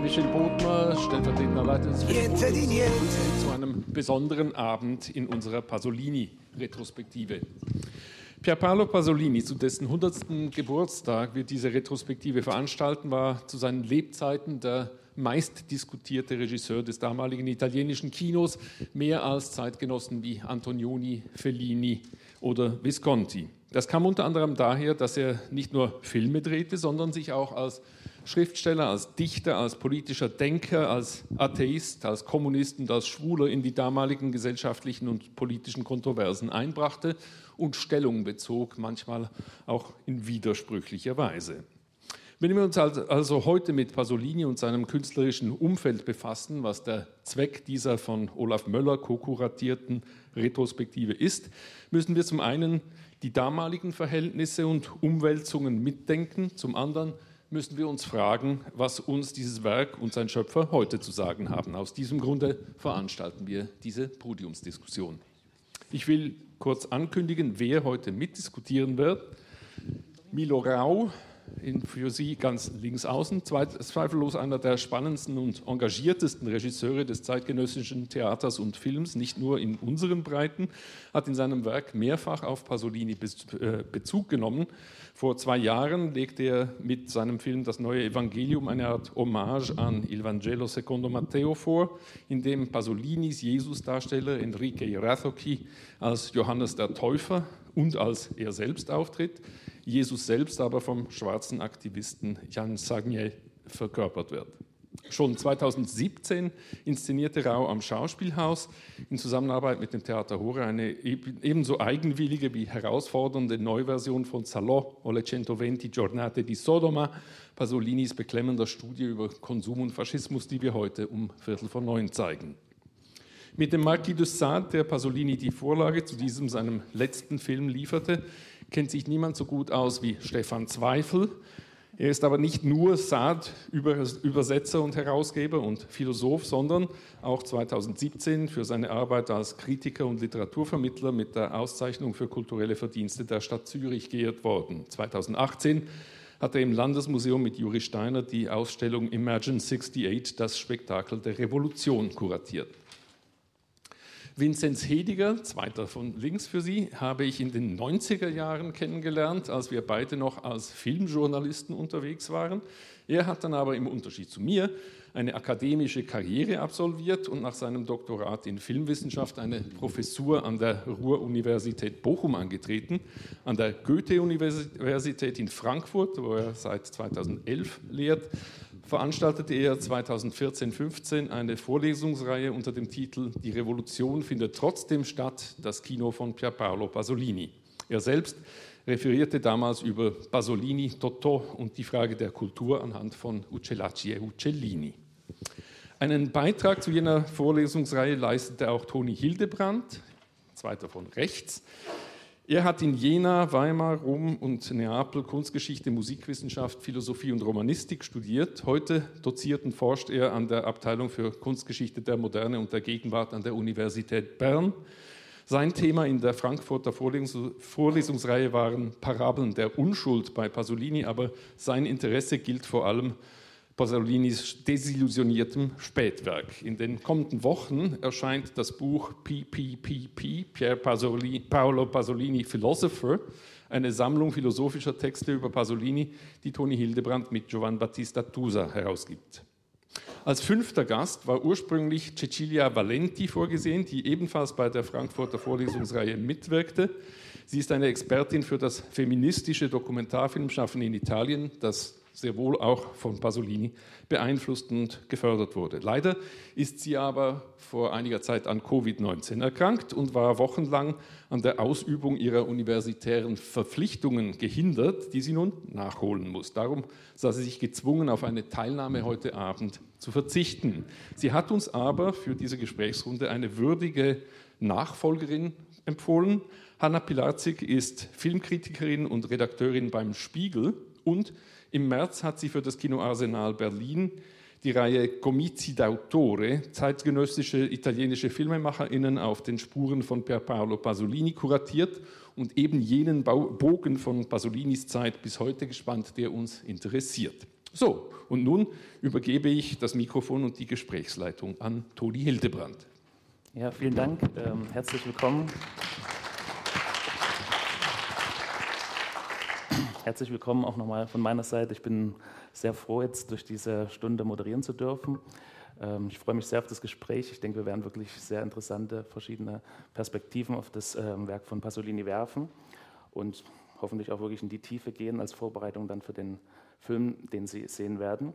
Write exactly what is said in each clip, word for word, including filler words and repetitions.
Michel Bodmer, stellvertretender Leiter des Filmfokus, zu einem besonderen Abend in unserer Pasolini-Retrospektive. Pierpaolo Pasolini, zu dessen hundertsten Geburtstag wir diese Retrospektive veranstalten, war zu seinen Lebzeiten der meistdiskutierte Regisseur des damaligen italienischen Kinos, mehr als Zeitgenossen wie Antonioni, Fellini oder Visconti. Das kam unter anderem daher, dass er nicht nur Filme drehte, sondern sich auch als Schriftsteller, als Dichter, als politischer Denker, als Atheist, als Kommunist und als Schwuler in die damaligen gesellschaftlichen und politischen Kontroversen einbrachte und Stellung bezog, manchmal auch in widersprüchlicher Weise. Wenn wir uns also heute mit Pasolini und seinem künstlerischen Umfeld befassen, was der Zweck dieser von Olaf Möller ko-kuratierten Retrospektive ist, müssen wir zum einen die damaligen Verhältnisse und Umwälzungen mitdenken, zum anderen müssen wir uns fragen, was uns dieses Werk und sein Schöpfer heute zu sagen haben. Aus diesem Grunde veranstalten wir diese Podiumsdiskussion. Ich will kurz ankündigen, wer heute mitdiskutieren wird. Milo Rau, in, für Sie ganz links außen, zweifellos einer der spannendsten und engagiertesten Regisseure des zeitgenössischen Theaters und Films, nicht nur in unseren Breiten, hat in seinem Werk mehrfach auf Pasolini Bezug genommen. Vor zwei Jahren legte er mit seinem Film Das neue Evangelium eine Art Hommage an Il Vangelo secondo Matteo vor, in dem Pasolinis Jesusdarsteller Enrique Irazzochi als Johannes der Täufer und als er selbst auftritt, Jesus selbst aber vom schwarzen Aktivisten Jan Sagnier verkörpert wird. Schon zweitausendsiebzehn inszenierte Rau am Schauspielhaus in Zusammenarbeit mit dem Theater Hora eine ebenso eigenwillige wie herausfordernde Neuversion von Salò o le centoventi giornate di Sodoma, Pasolinis beklemmender Studie über Konsum und Faschismus, die wir heute um Viertel vor neun zeigen. Mit dem Marquis de Sade, der Pasolini die Vorlage zu diesem seinem letzten Film lieferte, kennt sich niemand so gut aus wie Stefan Zweifel. Er ist aber nicht nur Sade-Übersetzer und Herausgeber und Philosoph, sondern auch zweitausendsiebzehn für seine Arbeit als Kritiker und Literaturvermittler mit der Auszeichnung für kulturelle Verdienste der Stadt Zürich geehrt worden. zweitausendachtzehn hat er im Landesmuseum mit Juri Steiner die Ausstellung Imagine achtundsiebzig, das Spektakel der Revolution, kuratiert. Vinzenz Hediger, zweiter von links für Sie, habe ich in den neunziger Jahren kennengelernt, als wir beide noch als Filmjournalisten unterwegs waren. Er hat dann aber im Unterschied zu mir eine akademische Karriere absolviert und nach seinem Doktorat in Filmwissenschaft eine Professur an der Ruhr-Universität Bochum angetreten, an der Goethe-Universität in Frankfurt, wo er seit zweitausendelf lehrt, veranstaltete er zweitausendvierzehn fünfzehn eine Vorlesungsreihe unter dem Titel Die Revolution findet trotzdem statt, das Kino von Pierpaolo Pasolini. Er selbst referierte damals über Pasolini, Totò und die Frage der Kultur anhand von Uccellacci e Uccellini. Einen Beitrag zu jener Vorlesungsreihe leistete auch Toni Hildebrandt, zweiter von rechts. Er hat in Jena, Weimar, Rom und Neapel Kunstgeschichte, Musikwissenschaft, Philosophie und Romanistik studiert. Heute doziert und forscht er an der Abteilung für Kunstgeschichte der Moderne und der Gegenwart an der Universität Bern. Sein Thema in der Frankfurter Vorlesungs- Vorlesungsreihe waren Parabeln der Unschuld bei Pasolini, aber sein Interesse gilt vor allem Pasolinis desillusioniertem Spätwerk. In den kommenden Wochen erscheint das Buch P P P P, Pier Pasolini, Paolo Pasolini Philosopher, eine Sammlung philosophischer Texte über Pasolini, die Toni Hildebrandt mit Giovan Battista Tusa herausgibt. Als fünfter Gast war ursprünglich Cecilia Valenti vorgesehen, die ebenfalls bei der Frankfurter Vorlesungsreihe mitwirkte. Sie ist eine Expertin für das feministische Dokumentarfilmschaffen in Italien, das sehr wohl auch von Pasolini beeinflusst und gefördert wurde. Leider ist sie aber vor einiger Zeit an Covid neunzehn erkrankt und war wochenlang an der Ausübung ihrer universitären Verpflichtungen gehindert, die sie nun nachholen muss. Darum sah sie sich gezwungen, auf eine Teilnahme heute Abend zu verzichten. Sie hat uns aber für diese Gesprächsrunde eine würdige Nachfolgerin empfohlen. Hanna Pilarczyk ist Filmkritikerin und Redakteurin beim Spiegel und im März hat sie für das Kino Arsenal Berlin die Reihe Comizi d'autore, zeitgenössische italienische FilmemacherInnen auf den Spuren von Pierpaolo Pasolini kuratiert und eben jenen Bogen von Pasolinis Zeit bis heute gespannt, der uns interessiert. So, und nun übergebe ich das Mikrofon und die Gesprächsleitung an Toni Hildebrand. Ja, vielen Dank. Ähm, herzlich willkommen. Herzlich willkommen auch nochmal von meiner Seite. Ich bin sehr froh, jetzt durch diese Stunde moderieren zu dürfen. Ähm, ich freue mich sehr auf das Gespräch. Ich denke, wir werden wirklich sehr interessante, verschiedene Perspektiven auf das ähm, Werk von Pasolini werfen und hoffentlich auch wirklich in die Tiefe gehen als Vorbereitung dann für den Film, den Sie sehen werden.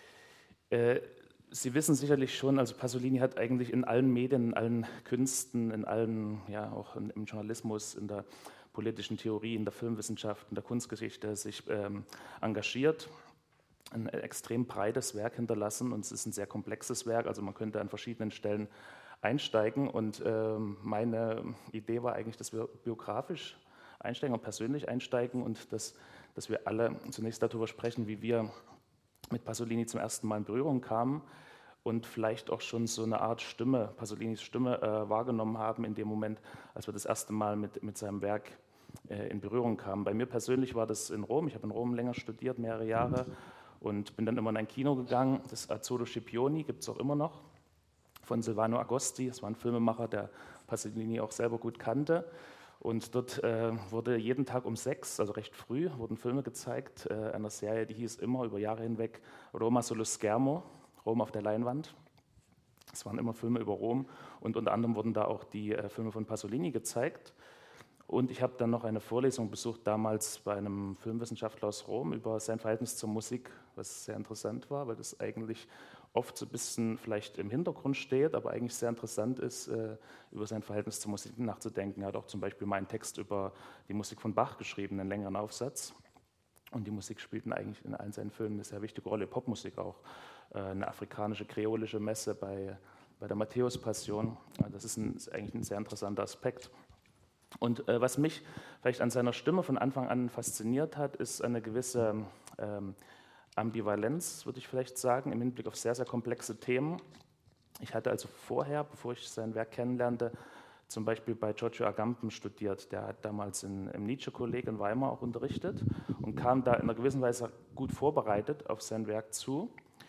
Äh, Sie wissen sicherlich schon, also Pasolini hat eigentlich in allen Medien, in allen Künsten, in allen, ja auch im Journalismus, in der politischen Theorie, in der Filmwissenschaft, in der Kunstgeschichte sich ähm, engagiert, ein extrem breites Werk hinterlassen und es ist ein sehr komplexes Werk, also man könnte an verschiedenen Stellen einsteigen und ähm, meine Idee war eigentlich, dass wir biografisch einsteigen und persönlich einsteigen und dass, dass wir alle zunächst darüber sprechen, wie wir mit Pasolini zum ersten Mal in Berührung kamen und vielleicht auch schon so eine Art Stimme, Pasolinis Stimme äh, wahrgenommen haben in dem Moment, als wir das erste Mal mit, mit seinem Werk äh, in Berührung kamen. Bei mir persönlich war das in Rom, ich habe in Rom länger studiert, mehrere Jahre und bin dann immer in ein Kino gegangen, das Azzurro Scipioni gibt es auch immer noch, von Silvano Agosti, das war ein Filmemacher, der Pasolini auch selber gut kannte. Und dort äh, wurde jeden Tag um sechs, also recht früh, wurden Filme gezeigt, äh, einer Serie, die hieß immer über Jahre hinweg Roma sullo schermo, Rom auf der Leinwand. Es waren immer Filme über Rom und unter anderem wurden da auch die äh, Filme von Pasolini gezeigt. Und ich habe dann noch eine Vorlesung besucht, damals bei einem Filmwissenschaftler aus Rom über sein Verhältnis zur Musik, was sehr interessant war, weil das eigentlich oft so ein bisschen vielleicht im Hintergrund steht, aber eigentlich sehr interessant ist, äh, über sein Verhältnis zur Musik nachzudenken. Er hat auch zum Beispiel mal einen Text über die Musik von Bach geschrieben, einen längeren Aufsatz. Und die Musik spielt eigentlich in allen seinen Filmen eine sehr wichtige Rolle, Popmusik auch. Äh, eine afrikanische, kreolische Messe bei, bei der Matthäus-Passion. Das ist, ein, ist eigentlich ein sehr interessanter Aspekt. Und äh, was mich vielleicht an seiner Stimme von Anfang an fasziniert hat, ist eine gewisse ähm, Ambivalenz, würde ich vielleicht sagen, im Hinblick auf sehr, sehr komplexe Themen. Ich hatte also vorher, bevor ich sein Werk kennenlernte, zum Beispiel bei Giorgio Agamben studiert. Der hat damals in, im Nietzsche-Kolleg in Weimar auch unterrichtet und kam da in einer gewissen Weise gut vorbereitet auf sein Werk zu.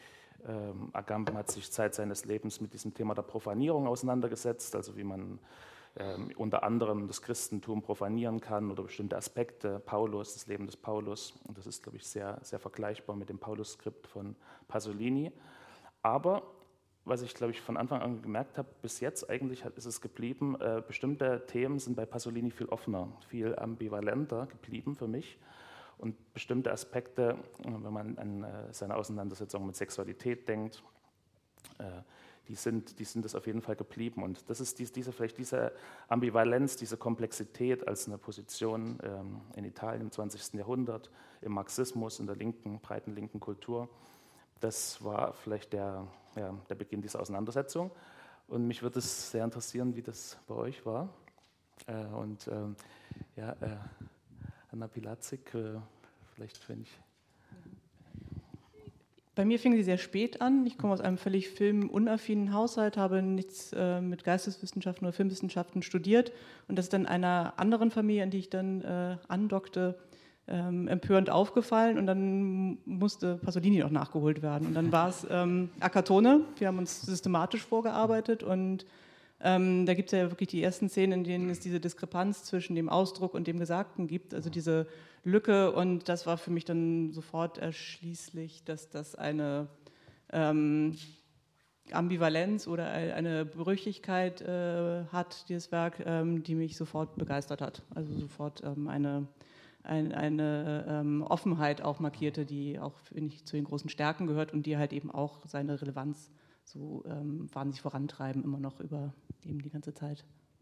Ähm, Agamben hat sich Zeit seines Lebens mit diesem Thema der Profanierung auseinandergesetzt, also wie man ähm, unter anderem das Christentum profanieren kann oder bestimmte Aspekte, Paulus, das Leben des Paulus. Und das ist, glaube ich, sehr, sehr vergleichbar mit dem Paulus-Skript von Pasolini. Aber was ich, glaube ich, von Anfang an gemerkt habe, bis jetzt eigentlich ist es geblieben, äh, bestimmte Themen sind bei Pasolini viel offener, viel ambivalenter geblieben für mich. Und bestimmte Aspekte, wenn man an äh, seine Auseinandersetzung mit Sexualität denkt, äh, die sind, die sind es auf jeden Fall geblieben. Und das ist dies, diese, vielleicht diese Ambivalenz, diese Komplexität als eine Position ähm, in Italien im zwanzigsten Jahrhundert, im Marxismus, in der linken, breiten linken Kultur. Das war vielleicht der, ja, der Beginn dieser Auseinandersetzung. Und mich würde es sehr interessieren, wie das bei euch war. Äh, und ähm, ja, äh, Anna Pilatzik, äh, vielleicht wenn ich... Bei mir fing sie sehr spät an. Ich komme aus einem völlig filmunaffinen Haushalt, habe nichts äh, mit Geisteswissenschaften oder Filmwissenschaften studiert. Und das ist dann einer anderen Familie, an die ich dann äh, andockte, ähm, empörend aufgefallen. Und dann musste Pasolini noch nachgeholt werden. Und dann war es ähm, Akatone. Wir haben uns systematisch vorgearbeitet. Und ähm, da gibt es ja wirklich die ersten Szenen, in denen es diese Diskrepanz zwischen dem Ausdruck und dem Gesagten gibt. Also diese Lücke, und das war für mich dann sofort erschließlich, dass das eine ähm, Ambivalenz oder eine Brüchigkeit äh, hat, dieses Werk, ähm, die mich sofort begeistert hat. Also sofort ähm, eine, ein, eine ähm, Offenheit auch markierte, die auch, finde ich, zu den großen Stärken gehört und die halt eben auch seine Relevanz so ähm, wahnsinnig vorantreiben, immer noch über eben die ganze Zeit.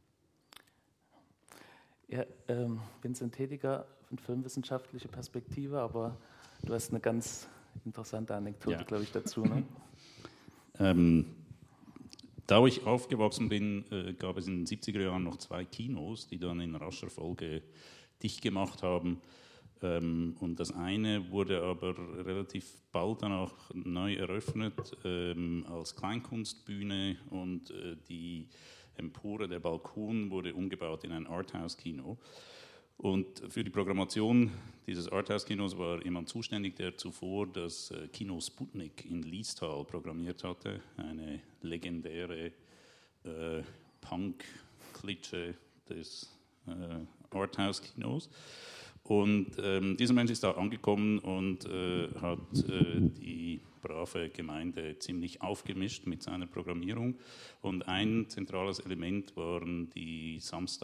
Ja, ähm, Vincent Hediger von filmwissenschaftlicher Perspektive, aber du hast eine ganz interessante Anekdote, ja, glaube ich, dazu. Ne? ähm, da ich aufgewachsen bin, äh, gab es in den siebziger Jahren noch zwei Kinos, die dann in rascher Folge dicht gemacht haben. Ähm, und das eine wurde aber relativ bald danach neu eröffnet ähm, als Kleinkunstbühne und äh, die Empore, der Balkon wurde umgebaut in ein Arthouse-Kino. Und für die Programmation dieses Arthouse-Kinos war jemand zuständig, der zuvor das Kino Sputnik in Liestal programmiert hatte, eine legendäre äh, Punk-Klitsche des äh, Arthouse-Kinos. Und ähm, dieser Mensch ist da angekommen und äh, hat äh, die brave Gemeinde ziemlich aufgemischt mit seiner Programmierung. Und ein zentrales Element waren die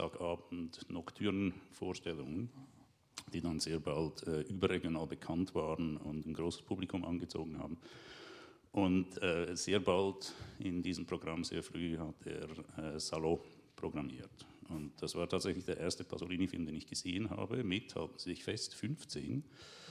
Samstagabend-Nocturne-Vorstellungen, die dann sehr bald äh, überregional bekannt waren und ein großes Publikum angezogen haben. Und äh, sehr bald in diesem Programm, sehr früh, hat er äh, Salò programmiert. Und das war tatsächlich der erste Pasolini-Film, den ich gesehen habe, mit, halten Sie sich fest, fünfzehn.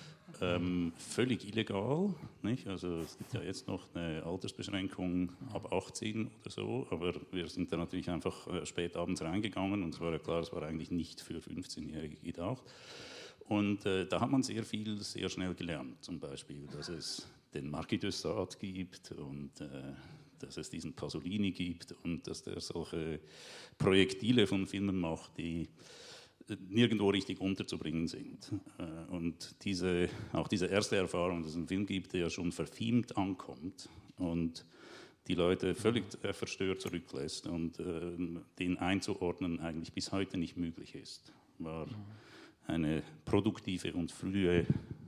Ähm, völlig illegal, nicht? Also es gibt ja jetzt noch eine Altersbeschränkung ab achtzehn oder so, aber wir sind da natürlich einfach äh, spät abends reingegangen und es war ja klar, es war eigentlich nicht für fünfzehnjährige gedacht. Und äh, da hat man sehr viel, sehr schnell gelernt, zum Beispiel, dass es den Marquis de Sade gibt und äh, dass es diesen Pasolini gibt und dass der solche Projektile von Filmen macht, die nirgendwo richtig unterzubringen sind. Und diese, auch diese erste Erfahrung, dass es einen Film gibt, der schon verfilmt ankommt und die Leute völlig verstört zurücklässt und äh, den einzuordnen eigentlich bis heute nicht möglich ist, war eine produktive und frühe,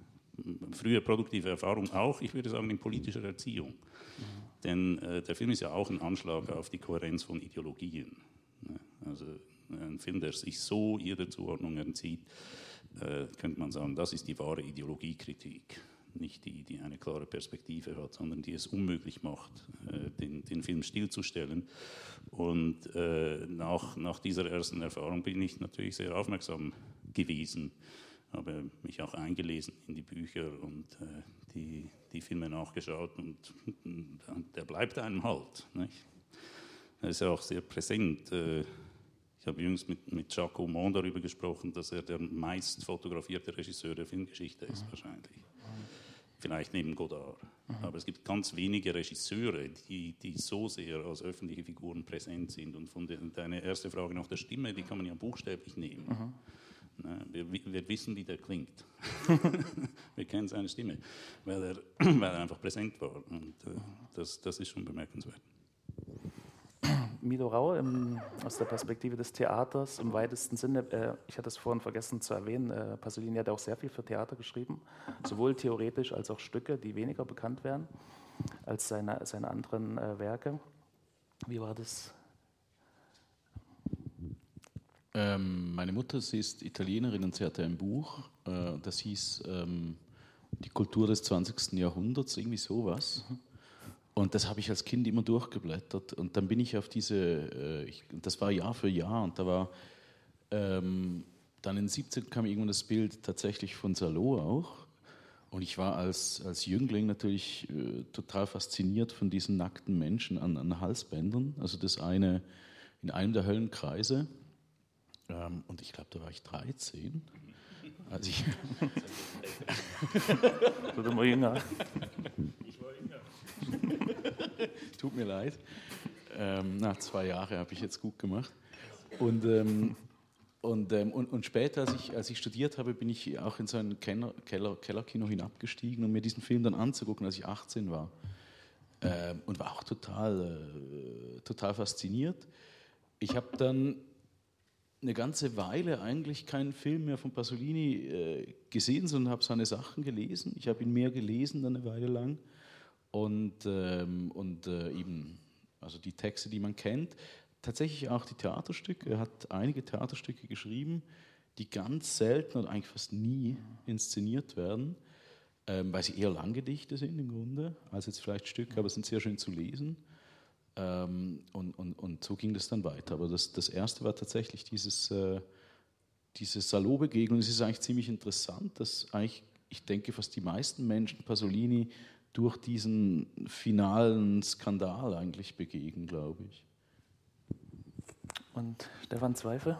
frühe produktive Erfahrung auch, ich würde sagen, in politischer Erziehung. Denn äh, der Film ist ja auch ein Anschlag auf die Kohärenz von Ideologien. Also ein Film, der sich so jeder Zuordnung entzieht, äh, könnte man sagen, das ist die wahre Ideologiekritik. Nicht die, die eine klare Perspektive hat, sondern die es unmöglich macht, äh, den, den Film stillzustellen. Und äh, nach, nach dieser ersten Erfahrung bin ich natürlich sehr aufmerksam gewesen, habe mich auch eingelesen in die Bücher und äh, die, die Filme nachgeschaut und der bleibt einem halt. Nicht? Er ist ja auch sehr präsent. Äh, Ich habe jüngst mit, mit Jacques Aumont darüber gesprochen, dass er der meist fotografierte Regisseur der Filmgeschichte ist, mhm. wahrscheinlich. Mhm. Vielleicht neben Godard. Mhm. Aber es gibt ganz wenige Regisseure, die, die so sehr als öffentliche Figuren präsent sind. Und von der, deine erste Frage nach der Stimme, die kann man ja buchstäblich nehmen. Mhm. Na, wir, wir wissen, wie der klingt. Wir kennen seine Stimme, weil er, weil er einfach präsent war. Und äh, das, das ist schon bemerkenswert. Milo Rau, im, aus der Perspektive des Theaters im weitesten Sinne, äh, ich hatte es vorhin vergessen zu erwähnen, äh, Pasolini hat auch sehr viel für Theater geschrieben, sowohl theoretisch als auch Stücke, die weniger bekannt werden als seine, seine anderen äh, Werke. Wie war das? Ähm, meine Mutter, sie ist Italienerin und sie hatte ein Buch, äh, das hieß ähm, Die Kultur des zwanzigsten Jahrhunderts, irgendwie sowas. Mhm. Und das habe ich als Kind immer durchgeblättert. Und dann bin ich auf diese, äh, ich, das war Jahr für Jahr, und da war, ähm, dann in den siebzigern kam irgendwann das Bild tatsächlich von Salò auch. Und ich war als, als Jüngling natürlich äh, total fasziniert von diesen nackten Menschen an, an Halsbändern. Also das eine in einem der Höllenkreise. Ähm, und ich glaube, da war ich dreizehn. Also ich Oder mal jünger. Ich war jünger. Tut mir leid. Ähm, na, zwei Jahre habe ich jetzt gut gemacht. Und, ähm, und, ähm, und, und später, als ich, als ich studiert habe, bin ich auch in so ein Keller, Keller, Kellerkino hinabgestiegen, um mir diesen Film dann anzugucken, als ich achtzehn war. Ähm, und war auch total, äh, total fasziniert. Ich habe dann eine ganze Weile eigentlich keinen Film mehr von Pasolini äh, gesehen, sondern habe seine Sachen gelesen. Ich habe ihn mehr gelesen dann eine Weile lang. Und, ähm, und äh, eben, also die Texte, die man kennt, tatsächlich auch die Theaterstücke. Er hat einige Theaterstücke geschrieben, die ganz selten oder eigentlich fast nie inszeniert werden, ähm, weil sie eher Langgedichte sind im Grunde, als jetzt vielleicht Stücke, aber sind sehr schön zu lesen. Ähm, und, und, und so ging das dann weiter. Aber das, das erste war tatsächlich dieses, äh, diese Salò-Begegnung. Es ist eigentlich ziemlich interessant, dass eigentlich, ich denke, fast die meisten Menschen Pasolini durch diesen finalen Skandal eigentlich begegnen, glaube ich. Und Stefan Zweifel?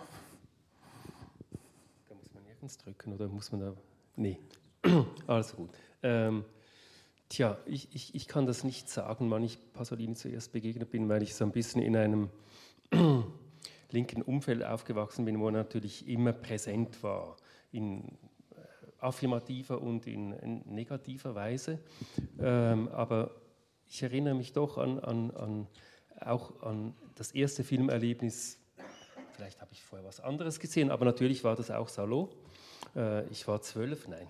Da muss man nirgends drücken, oder muss man da... Nee, also gut. Ähm, tja, ich, ich, ich kann das nicht sagen, wann ich Pasolini zuerst begegnet bin, weil ich so ein bisschen in einem linken Umfeld aufgewachsen bin, wo er natürlich immer präsent war, in affirmativer und in, in negativer Weise. Ähm, aber ich erinnere mich doch an, an, an, auch an das erste Filmerlebnis. Vielleicht habe ich vorher was anderes gesehen, aber natürlich war das auch Salo. Äh, ich war zwölf, nein.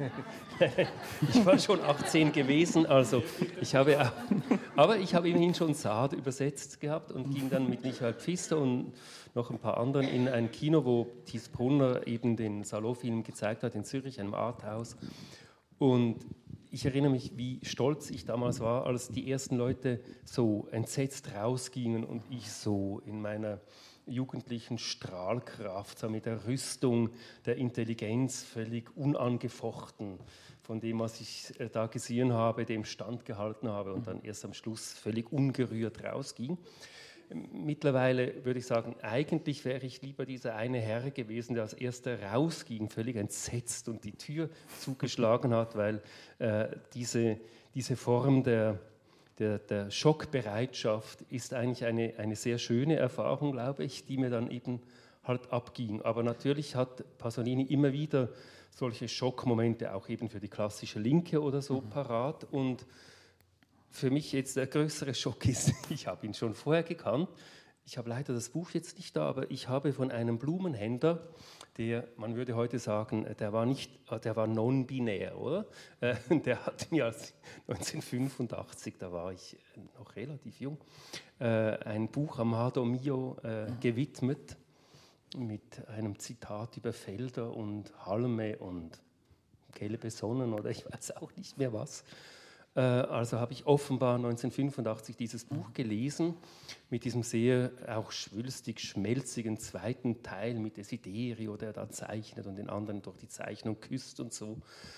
Ich war schon achtzehn gewesen, also ich habe auch, aber ich habe immerhin schon Sade übersetzt gehabt und ging dann mit Michael Pfister und noch ein paar anderen in ein Kino, wo Thies Brunner eben den Salo-Film gezeigt hat in Zürich, einem Arthouse. Und ich erinnere mich, wie stolz ich damals war, als die ersten Leute so entsetzt rausgingen und ich so in meiner jugendlichen Strahlkraft, so mit der Rüstung der Intelligenz völlig unangefochten von dem, was ich äh, da gesehen habe, dem standgehalten habe und dann erst am Schluss völlig ungerührt rausging. Mittlerweile würde ich sagen, eigentlich wäre ich lieber dieser eine Herr gewesen, der als erster rausging, völlig entsetzt und die Tür zugeschlagen hat, weil äh, diese, diese Form der Der, der Schockbereitschaft ist eigentlich eine, eine sehr schöne Erfahrung, glaube ich, die mir dann eben halt abging. Aber natürlich hat Pasolini immer wieder solche Schockmomente auch eben für die klassische Linke oder so mhm. parat. Und für mich jetzt der größere Schock ist, ich habe ihn schon vorher gekannt, ich habe leider das Buch jetzt nicht da, aber ich habe von einem Blumenhändler, der, man würde heute sagen, der war nicht, der war non-binär, oder? Der hat mir als neunzehnhundertfünfundachtzig, da war ich noch relativ jung, ein Buch Amado Mio gewidmet mit einem Zitat über Felder und Halme und gelbe Sonnen oder ich weiß auch nicht mehr was. Also habe ich offenbar neunzehnhundertfünfundachtzig dieses Buch gelesen, mit diesem sehr auch schwülstig schmelzigen zweiten Teil mit Desiderio, der da zeichnet und den anderen durch die Zeichnung küsst und so.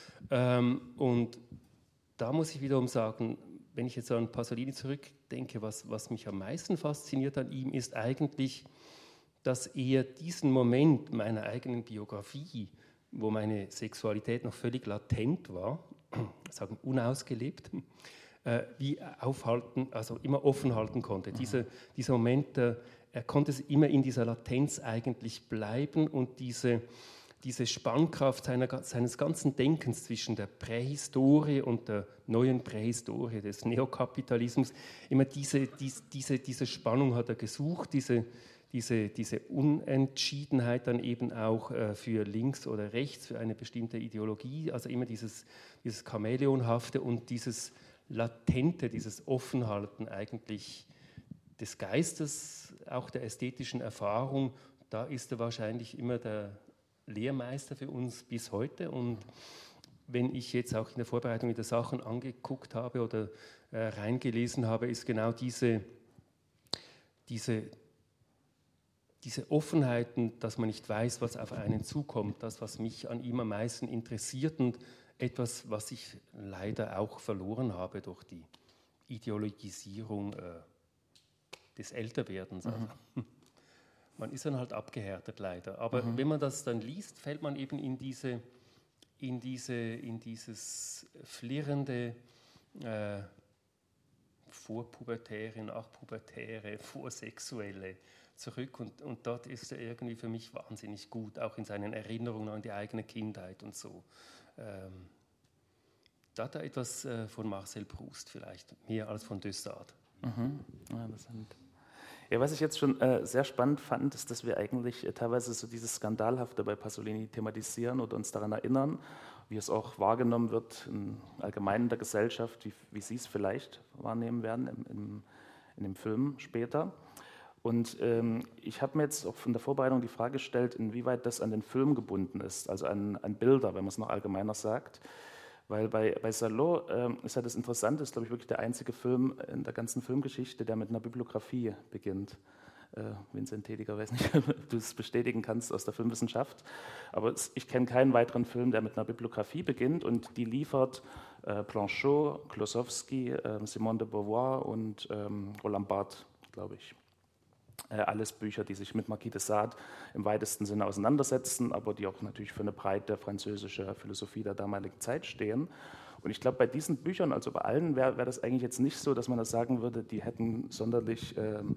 Und da muss ich wiederum sagen, wenn ich jetzt an Pasolini zurückdenke, was, was mich am meisten fasziniert an ihm, ist eigentlich, dass er diesen Moment meiner eigenen Biografie, wo meine Sexualität noch völlig latent war, sagen unausgelebt, äh, wie aufhalten, also immer offen halten konnte. Mhm. Diese, dieser Moment, äh, er konnte immer in dieser Latenz eigentlich bleiben und diese, diese Spannkraft seiner, seines ganzen Denkens zwischen der Prähistorie und der neuen Prähistorie des Neokapitalismus, immer diese, diese, diese, diese Spannung hat er gesucht, diese Diese, diese Unentschiedenheit dann eben auch äh, für links oder rechts, für eine bestimmte Ideologie, also immer dieses, dieses Chamäleonhafte und dieses Latente, dieses Offenhalten eigentlich des Geistes, auch der ästhetischen Erfahrung, da ist er wahrscheinlich immer der Lehrmeister für uns bis heute. Und wenn ich jetzt auch in der Vorbereitung wieder Sachen angeguckt habe oder äh, reingelesen habe, ist genau diese, diese Diese Offenheiten, dass man nicht weiß, was auf einen zukommt, das, was mich an ihm am meisten interessiert und etwas, was ich leider auch verloren habe durch die Ideologisierung äh, des Älterwerdens. Also, mhm. Man ist dann halt abgehärtet leider. Aber mhm. wenn man das dann liest, fällt man eben in, diese, in, diese, in dieses flirrende äh, Vorpubertäre, Nachpubertäre, Vorsexuelle zurück und, und dort ist er irgendwie für mich wahnsinnig gut, auch in seinen Erinnerungen an die eigene Kindheit und so. Ähm, da hat er etwas äh, von Marcel Proust vielleicht, mehr als von Dessart. Mhm. Ja, interessant. Ja, was ich jetzt schon äh, sehr spannend fand, ist, dass wir eigentlich äh, teilweise so dieses Skandalhafte bei Pasolini thematisieren oder uns daran erinnern, wie es auch wahrgenommen wird im Allgemeinen der Gesellschaft, wie, wie Sie es vielleicht wahrnehmen werden im, im, in dem Film später. Und ähm, ich habe mir jetzt auch von der Vorbereitung die Frage gestellt, inwieweit das an den Film gebunden ist, also an, an Bilder, wenn man es noch allgemeiner sagt. Weil bei, bei Salo ähm, ist ja das Interessante, ist, glaube ich, wirklich der einzige Film in der ganzen Filmgeschichte, der mit einer Bibliografie beginnt. Äh, Vincent Tediger, weiß nicht, ob du es bestätigen kannst aus der Filmwissenschaft. Aber es, ich kenne keinen weiteren Film, der mit einer Bibliografie beginnt und die liefert äh, Blanchot, Klosowski, äh, Simone de Beauvoir und ähm, Roland Barthes, glaube ich. Alles Bücher, die sich mit Marquis de Sade im weitesten Sinne auseinandersetzen, aber die auch natürlich für eine breite französische Philosophie der damaligen Zeit stehen. Und ich glaube, bei diesen Büchern, also bei allen, wäre wär das eigentlich jetzt nicht so, dass man das sagen würde, die hätten sonderlich ähm,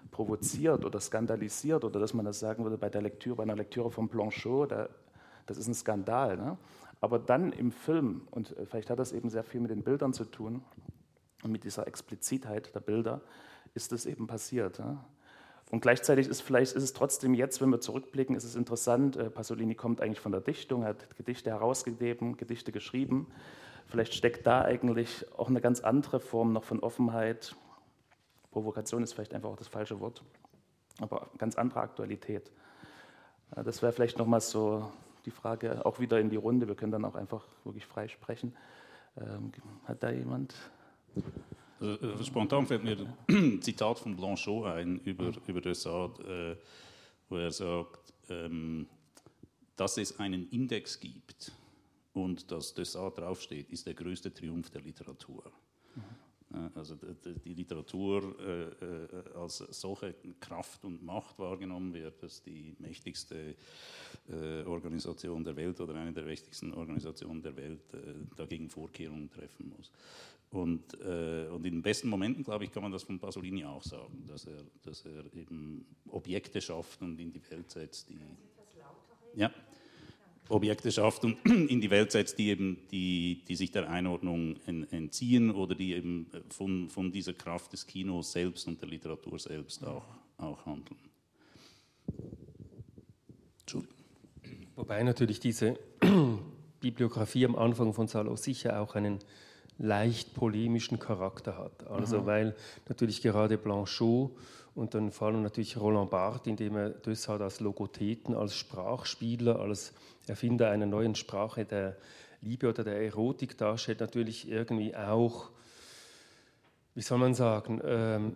provoziert oder skandalisiert oder dass man das sagen würde bei der Lektüre, bei einer Lektüre von Blanchot, da, das ist ein Skandal. Ne? Aber dann im Film, und vielleicht hat das eben sehr viel mit den Bildern zu tun und mit dieser Explizitheit der Bilder, ist das eben passiert. Ne? Und gleichzeitig ist vielleicht ist es trotzdem jetzt, wenn wir zurückblicken, ist es interessant, äh, Pasolini kommt eigentlich von der Dichtung, er hat Gedichte herausgegeben, Gedichte geschrieben. Vielleicht steckt da eigentlich auch eine ganz andere Form noch von Offenheit. Provokation ist vielleicht einfach auch das falsche Wort, aber ganz andere Aktualität. Das wäre vielleicht nochmal so die Frage, auch wieder in die Runde. Wir können dann auch einfach wirklich frei sprechen. Ähm, hat da jemand? Also, spontan fällt mir ein Zitat von Blanchot ein über, über Dessart, äh, wo er sagt, ähm, dass es einen Index gibt und dass Dessart draufsteht, ist der größte Triumph der Literatur. Mhm. Also die Literatur äh, als solche Kraft und Macht wahrgenommen wird, dass die mächtigste äh, Organisation der Welt oder eine der mächtigsten Organisationen der Welt äh, dagegen Vorkehrungen treffen muss. Und, äh, und in den besten Momenten, glaube ich, kann man das von Pasolini auch sagen, dass er, dass er eben Objekte schafft und in die Welt setzt, die... Ja. Objekte schafft und in die Welt setzt, die, eben, die, die sich der Einordnung entziehen oder die eben von, von dieser Kraft des Kinos selbst und der Literatur selbst auch, auch handeln. Entschuldigung. Wobei natürlich diese Bibliografie am Anfang von Salo sicher auch einen leicht polemischen Charakter hat. Also mhm. weil natürlich gerade Blanchot und dann vor allem natürlich Roland Barthes, indem er Dessart als Logotheten, als Sprachspieler, als Erfinder einer neuen Sprache der Liebe oder der Erotik darstellt, natürlich irgendwie auch, wie soll man sagen, ähm,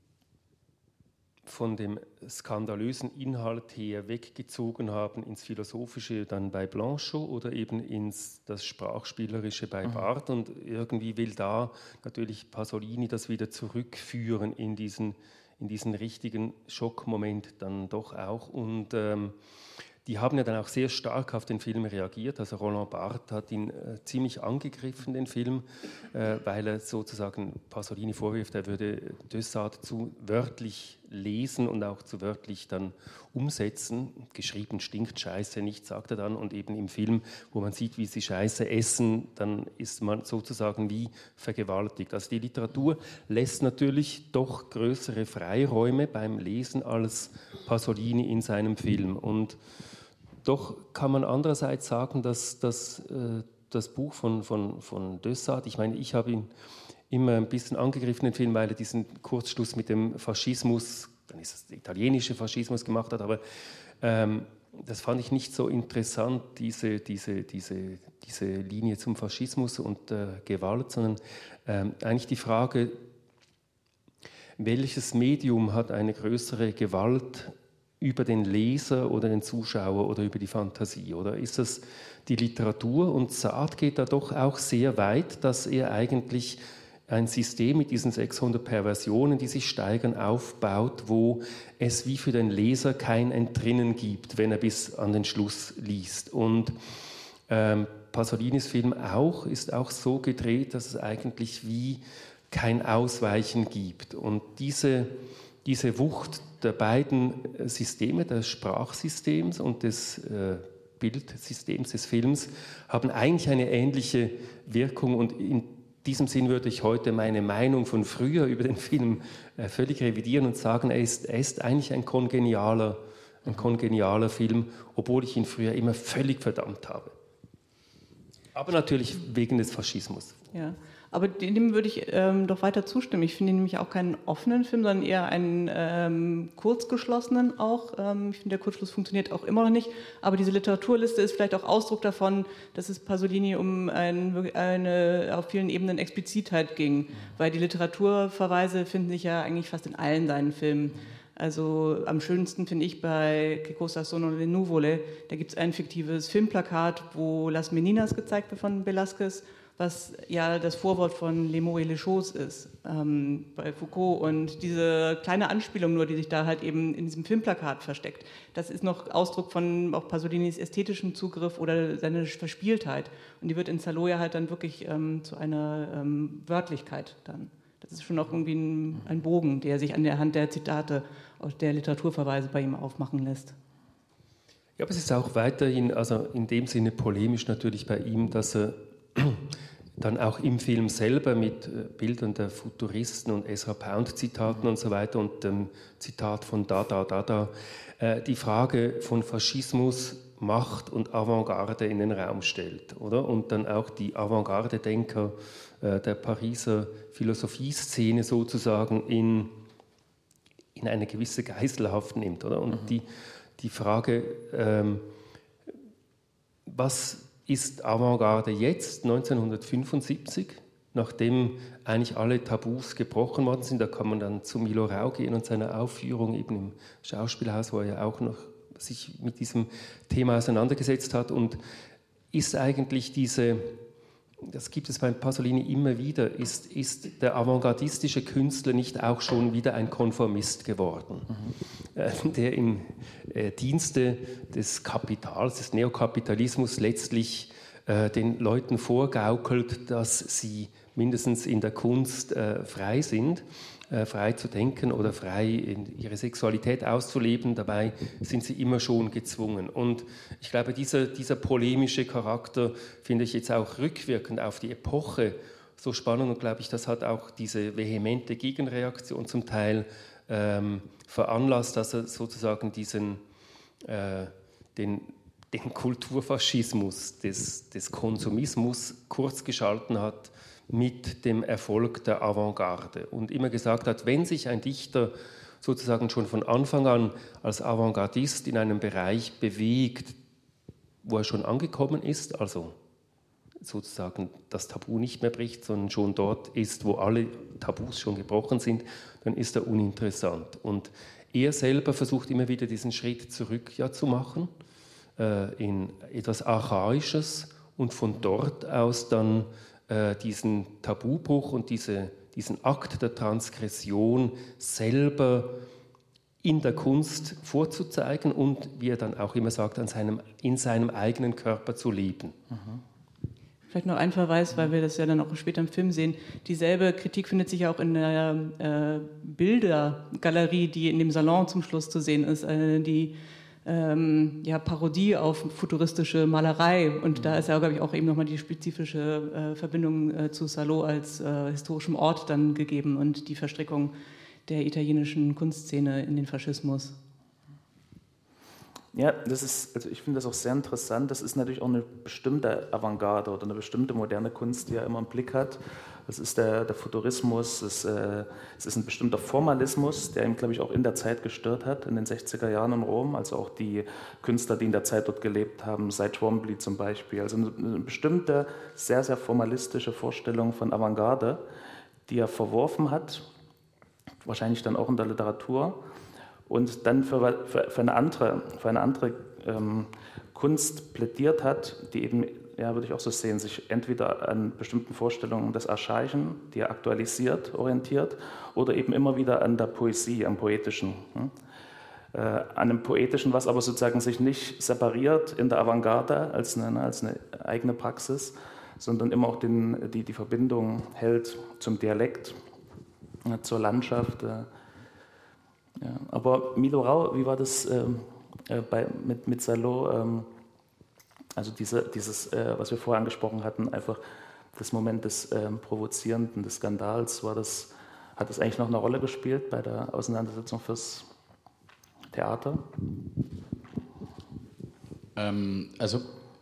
von dem skandalösen Inhalt her weggezogen haben ins Philosophische dann bei Blanchot oder eben ins das Sprachspielerische bei Barthes. Und irgendwie will da natürlich Pasolini das wieder zurückführen in diesen, in diesen richtigen Schockmoment dann doch auch. Und ähm, die haben ja dann auch sehr stark auf den Film reagiert. Also Roland Barthes hat ihn äh, ziemlich angegriffen, den Film, äh, weil er sozusagen Pasolini vorwirft, er würde Dessart zu wörtlich lesen und auch zu wörtlich dann umsetzen. Geschrieben stinkt Scheiße nicht, sagt er dann. Und eben im Film, wo man sieht, wie sie Scheiße essen, dann ist man sozusagen wie vergewaltigt. Also die Literatur lässt natürlich doch größere Freiräume beim Lesen als Pasolini in seinem Film. Und doch kann man andererseits sagen, dass, dass äh, das Buch von, von, von Dessart, ich meine, ich habe ihn immer ein bisschen angegriffen, den Film, weil er diesen Kurzschluss mit dem Faschismus, dann ist es der italienische Faschismus gemacht hat, aber ähm, das fand ich nicht so interessant, diese, diese, diese, diese Linie zum Faschismus und äh, Gewalt, sondern ähm, eigentlich die Frage, welches Medium hat eine größere Gewalt über den Leser oder den Zuschauer oder über die Fantasie? Oder ist das die Literatur? Und Sartre geht da doch auch sehr weit, dass er eigentlich ein System mit diesen sechshundert Perversionen, die sich steigern, aufbaut, wo es wie für den Leser kein Entrinnen gibt, wenn er bis an den Schluss liest. Und ähm, Pasolinis Film auch ist auch so gedreht, dass es eigentlich wie kein Ausweichen gibt. Und diese, diese Wucht der beiden Systeme, des Sprachsystems und des äh, Bildsystems des Films, haben eigentlich eine ähnliche Wirkung. Und in diesem Sinn würde ich heute meine Meinung von früher über den Film äh, völlig revidieren und sagen, er ist, er ist eigentlich ein kongenialer, ein kongenialer Film, obwohl ich ihn früher immer völlig verdammt habe. Aber natürlich wegen des Faschismus. Ja. Aber dem würde ich ähm, doch weiter zustimmen. Ich finde ihn nämlich auch keinen offenen Film, sondern eher einen ähm, kurzgeschlossenen auch. Ähm, ich finde, der Kurzschluss funktioniert auch immer noch nicht. Aber diese Literaturliste ist vielleicht auch Ausdruck davon, dass es Pasolini um ein, eine auf vielen Ebenen Explizitheit ging. Weil die Literaturverweise finden sich ja eigentlich fast in allen seinen Filmen. Also am schönsten finde ich bei Che cosa sono le nuvole, da gibt es ein fiktives Filmplakat, wo Las Meninas gezeigt wird von Velázquez, was ja das Vorwort von Les mots et les choses ist, ähm, bei Foucault. Und diese kleine Anspielung nur, die sich da halt eben in diesem Filmplakat versteckt, das ist noch Ausdruck von auch Pasolinis ästhetischem Zugriff oder seine Verspieltheit. Und die wird in Saloia halt dann wirklich ähm, zu einer ähm, Wörtlichkeit dann. Das ist schon auch irgendwie ein, ein Bogen, der sich an der Hand der Zitate aus der Literaturverweise bei ihm aufmachen lässt. Ja, aber es ist auch weiterhin, also in dem Sinne polemisch natürlich bei ihm, dass er dann auch im Film selber mit Bildern der Futuristen und Ezra Pound-Zitaten und so weiter und dem Zitat von Dada, Dada, äh, die Frage von Faschismus, Macht und Avantgarde in den Raum stellt, oder? Und dann auch die Avantgarde-Denker äh, der Pariser Philosophieszene sozusagen in, in eine gewisse Geiselhaft nimmt, oder? Und mhm. die, die Frage, ähm, was ist Avantgarde jetzt, neunzehnhundertfünfundsiebzig, nachdem eigentlich alle Tabus gebrochen worden sind? Da kann man dann zu Milo Rau gehen und seiner Aufführung eben im Schauspielhaus, wo er ja auch noch sich mit diesem Thema auseinandergesetzt hat. Und ist eigentlich diese, das gibt es beim Pasolini immer wieder, ist, ist der avantgardistische Künstler nicht auch schon wieder ein Konformist geworden, mhm. äh, der im äh, Dienste des Kapitals, des Neokapitalismus letztlich äh, den Leuten vorgaukelt, dass sie mindestens in der Kunst äh, frei sind, äh, frei zu denken oder frei in ihre Sexualität auszuleben. Dabei sind sie immer schon gezwungen. Und ich glaube, dieser, dieser polemische Charakter finde ich jetzt auch rückwirkend auf die Epoche so spannend und glaube ich, das hat auch diese vehemente Gegenreaktion zum Teil ähm, veranlasst, dass er sozusagen diesen, äh, den, den Kulturfaschismus des, des Konsumismus kurzgeschalten hat mit dem Erfolg der Avantgarde und immer gesagt hat, wenn sich ein Dichter sozusagen schon von Anfang an als Avantgardist in einem Bereich bewegt, wo er schon angekommen ist, also sozusagen das Tabu nicht mehr bricht, sondern schon dort ist, wo alle Tabus schon gebrochen sind, dann ist er uninteressant. Und er selber versucht immer wieder diesen Schritt zurück ja, zu machen, äh, in etwas Archaisches und von dort aus dann äh, diesen Tabubruch und diese, diesen Akt der Transgression selber in der Kunst vorzuzeigen und, wie er dann auch immer sagt, an seinem, in seinem eigenen Körper zu leben. Mhm. Vielleicht noch ein Verweis, weil wir das ja dann auch später im Film sehen. Dieselbe Kritik findet sich auch in der äh, Bildergalerie, die in dem Salon zum Schluss zu sehen ist. Äh, die ähm, ja, Parodie auf futuristische Malerei. Und mhm. da ist ja, glaube ich, auch eben nochmal die spezifische äh, Verbindung äh, zu Salò als äh, historischem Ort dann gegeben und die Verstrickung der italienischen Kunstszene in den Faschismus. Ja, das ist, also ich finde das auch sehr interessant. Das ist natürlich auch eine bestimmte Avantgarde oder eine bestimmte moderne Kunst, die er immer im Blick hat. Das ist der, der Futurismus, es, äh, es ist ein bestimmter Formalismus, der ihm, glaube ich, auch in der Zeit gestört hat, in den sechziger Jahren in Rom. Also auch die Künstler, die in der Zeit dort gelebt haben, Cy Twombly zum Beispiel. Also eine, eine bestimmte, sehr, sehr formalistische Vorstellung von Avantgarde, die er verworfen hat, wahrscheinlich dann auch in der Literatur. Und dann für, für, für eine andere, für eine andere ähm, Kunst plädiert hat, die eben, ja, würde ich auch so sehen, sich entweder an bestimmten Vorstellungen des Archaischen, die er aktualisiert, orientiert, oder eben immer wieder an der Poesie, am Poetischen. Hm? Äh, an dem Poetischen, was aber sozusagen sich nicht separiert in der Avantgarde als eine, als eine eigene Praxis, sondern immer auch den, die, die Verbindung hält zum Dialekt, äh, zur Landschaft. Äh, Ja, aber Milo Rau, wie war das ähm, äh, bei, mit, mit Salò? Ähm, also diese, dieses, äh, was wir vorher angesprochen hatten, einfach das Moment des ähm, Provozierenden, des Skandals, war das, hat das eigentlich noch eine Rolle gespielt bei der Auseinandersetzung fürs Theater? Ähm, also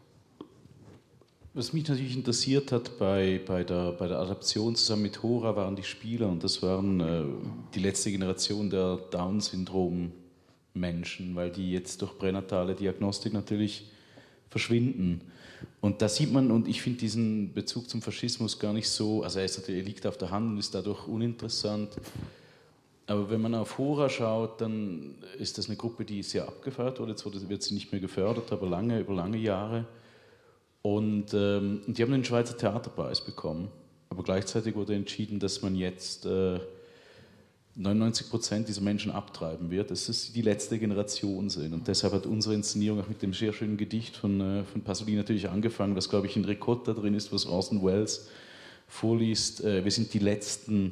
was mich natürlich interessiert hat bei, bei, der, bei der Adaption zusammen mit Hora waren die Spieler und das waren äh, die letzte Generation der Down-Syndrom-Menschen, weil die jetzt durch pränatale Diagnostik natürlich verschwinden. Und da sieht man, und ich finde diesen Bezug zum Faschismus gar nicht so, also er, ist natürlich, er liegt auf der Hand und ist dadurch uninteressant, aber wenn man auf Hora schaut, dann ist das eine Gruppe, die sehr abgefeiert wurde, jetzt wird sie nicht mehr gefördert, aber lange, über lange Jahre. Und ähm, die haben den Schweizer Theaterpreis bekommen, aber gleichzeitig wurde entschieden, dass man jetzt äh, neunundneunzig Prozent dieser Menschen abtreiben wird, dass es die letzte Generation sind. Und deshalb hat unsere Inszenierung auch mit dem sehr schönen Gedicht von, äh, von Pasolini natürlich angefangen, was, glaube ich, in Ricotta drin ist, was Orson Welles vorliest. Äh, wir sind die Letzten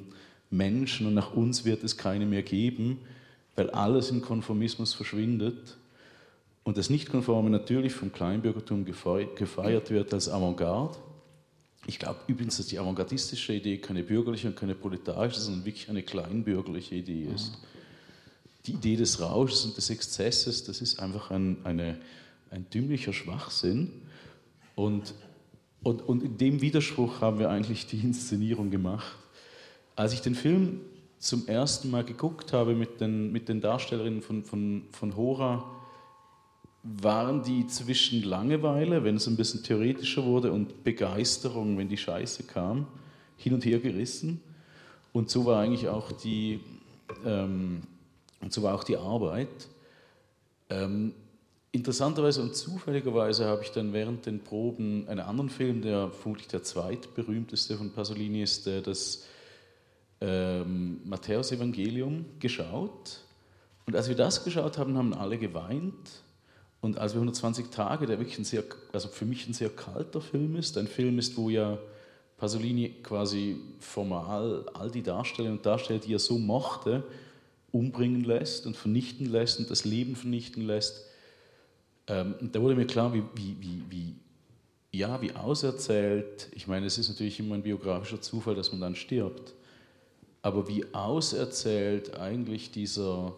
Menschen und nach uns wird es keine mehr geben, weil alles in Konformismus verschwindet und das Nichtkonforme natürlich vom Kleinbürgertum gefeiert wird als Avantgarde. Ich glaube übrigens, dass die avantgardistische Idee keine bürgerliche und keine proletarische, sondern wirklich eine kleinbürgerliche Idee ist. Die Idee des Rausches und des Exzesses, das ist einfach ein, eine, ein dümmlicher Schwachsinn. Und, und, und in dem Widerspruch haben wir eigentlich die Inszenierung gemacht. Als ich den Film zum ersten Mal geguckt habe mit den, mit den Darstellerinnen von, von, von Hora, waren die zwischen Langeweile, wenn es ein bisschen theoretischer wurde, und Begeisterung, wenn die Scheiße kam, hin und her gerissen. Und so war eigentlich auch die, ähm, und so war auch die Arbeit. Ähm, interessanterweise und zufälligerweise habe ich dann während den Proben einen anderen Film, der vermutlich der zweitberühmteste von Pasolini ist, der das ähm, Matthäus-Evangelium geschaut. Und als wir das geschaut haben, haben alle geweint. Und als wir hundertzwanzig Tage, der wirklich ein sehr, also für mich ein sehr kalter Film ist, ein Film ist, wo ja Pasolini quasi formal all die Darsteller und Darsteller, die er so mochte, umbringen lässt und vernichten lässt und das Leben vernichten lässt. Ähm, und da wurde mir klar, wie, wie, wie, wie, ja, wie auserzählt, ich meine, es ist natürlich immer ein biografischer Zufall, dass man dann stirbt, aber wie auserzählt eigentlich dieser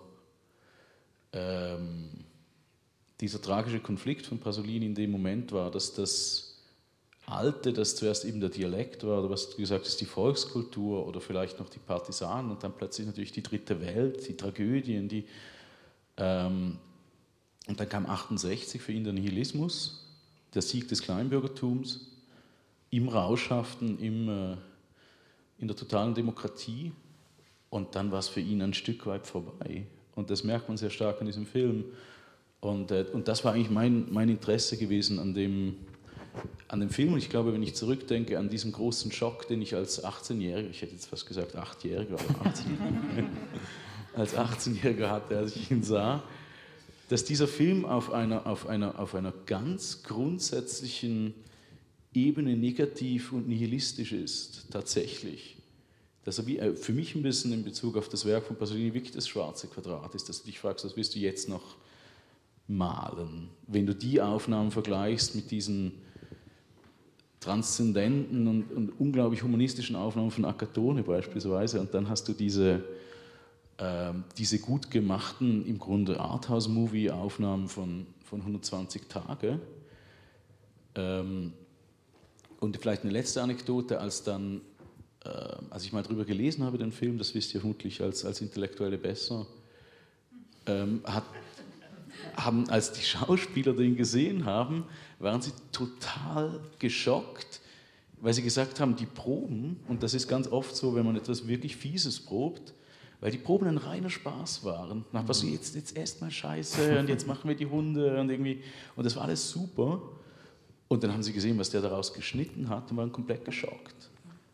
ähm, dieser tragische Konflikt von Pasolini in dem Moment war, dass das Alte, das zuerst eben der Dialekt war, oder was du gesagt hast, die Volkskultur oder vielleicht noch die Partisanen und dann plötzlich natürlich die dritte Welt, die Tragödien, die ähm, und dann kam achtundsechzig für ihn der Nihilismus, der Sieg des Kleinbürgertums, im Rauschhaften, im, äh, in der totalen Demokratie, und dann war es für ihn ein Stück weit vorbei. Und das merkt man sehr stark in diesem Film. Und, äh, und das war eigentlich mein, mein Interesse gewesen an dem, an dem Film. Und ich glaube, wenn ich zurückdenke an diesen großen Schock, den ich als achtzehnjähriger, ich hätte jetzt fast gesagt achtjähriger, aber achtzehn, als achtzehnjähriger hatte, als ich ihn sah, dass dieser Film auf einer, auf einer, auf einer ganz grundsätzlichen Ebene negativ und nihilistisch ist, tatsächlich. Dass er wie, äh, für mich ein bisschen in Bezug auf das Werk von Pasolini wirklich das schwarze Quadrat ist, dass du dich fragst, was willst du jetzt noch malen? Wenn du die Aufnahmen vergleichst mit diesen transzendenten und, und unglaublich humanistischen Aufnahmen von Akatone beispielsweise, und dann hast du diese, äh, diese gut gemachten, im Grunde Arthouse-Movie-Aufnahmen von, von hundertzwanzig Tage. Ähm, und vielleicht eine letzte Anekdote, als dann, äh, als ich mal drüber gelesen habe, den Film, das wisst ihr vermutlich als, als Intellektuelle besser, ähm, hat haben, als die Schauspieler den gesehen haben, waren sie total geschockt, weil sie gesagt haben, die Proben, und das ist ganz oft so, wenn man etwas wirklich Fieses probt, weil die Proben ein reiner Spaß waren. Nach was, jetzt, jetzt esst mal Scheiße und jetzt machen wir die Hunde und irgendwie, und das war alles super. Und dann haben sie gesehen, was der daraus geschnitten hat, und waren komplett geschockt.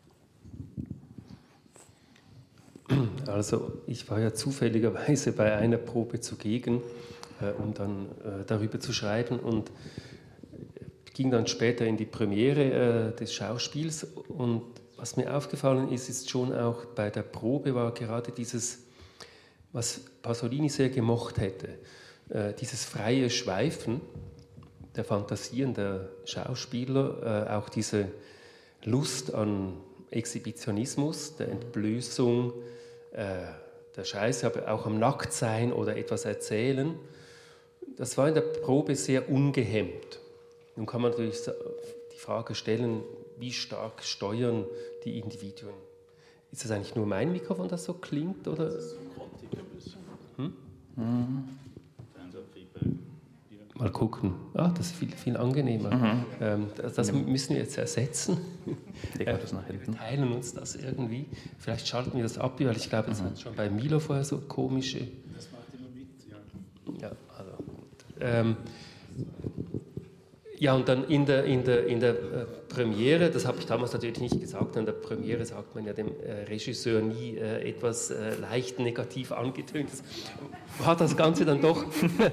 Also ich war ja zufälligerweise bei einer Probe zugegen, äh, um dann äh, darüber zu schreiben, und ging dann später in die Premiere äh, des Schauspiels. Und was mir aufgefallen ist, ist schon auch bei der Probe war gerade dieses, was Pasolini sehr gemocht hätte, äh, dieses freie Schweifen der Fantasien der Schauspieler, äh, auch diese Lust an Exhibitionismus, der Entblößung, äh, der Scheiße, aber auch am Nacktsein oder etwas erzählen. Das war in der Probe sehr ungehemmt. Nun kann man natürlich die Frage stellen, wie stark steuern die Individuen? Ist das eigentlich nur mein Mikrofon, das so klingt? Oder? Das ist so grottig ein bisschen. Hm? Mhm. Mal gucken. Ah, das ist viel, viel angenehmer. Mhm. Ähm, das, das müssen wir jetzt ersetzen. Ich äh, das nach hinten. Wir teilen uns das irgendwie. Vielleicht schalten wir das ab, weil ich glaube, das mhm. hat schon bei Milo vorher so komische... Das macht immer mit, ja. Ja, also gut. Ähm, Ja, und dann in der, in der, in der äh, Premiere, das habe ich damals natürlich nicht gesagt, in der Premiere sagt man ja dem äh, Regisseur nie äh, etwas äh, leicht negativ angetöntes, war das Ganze dann doch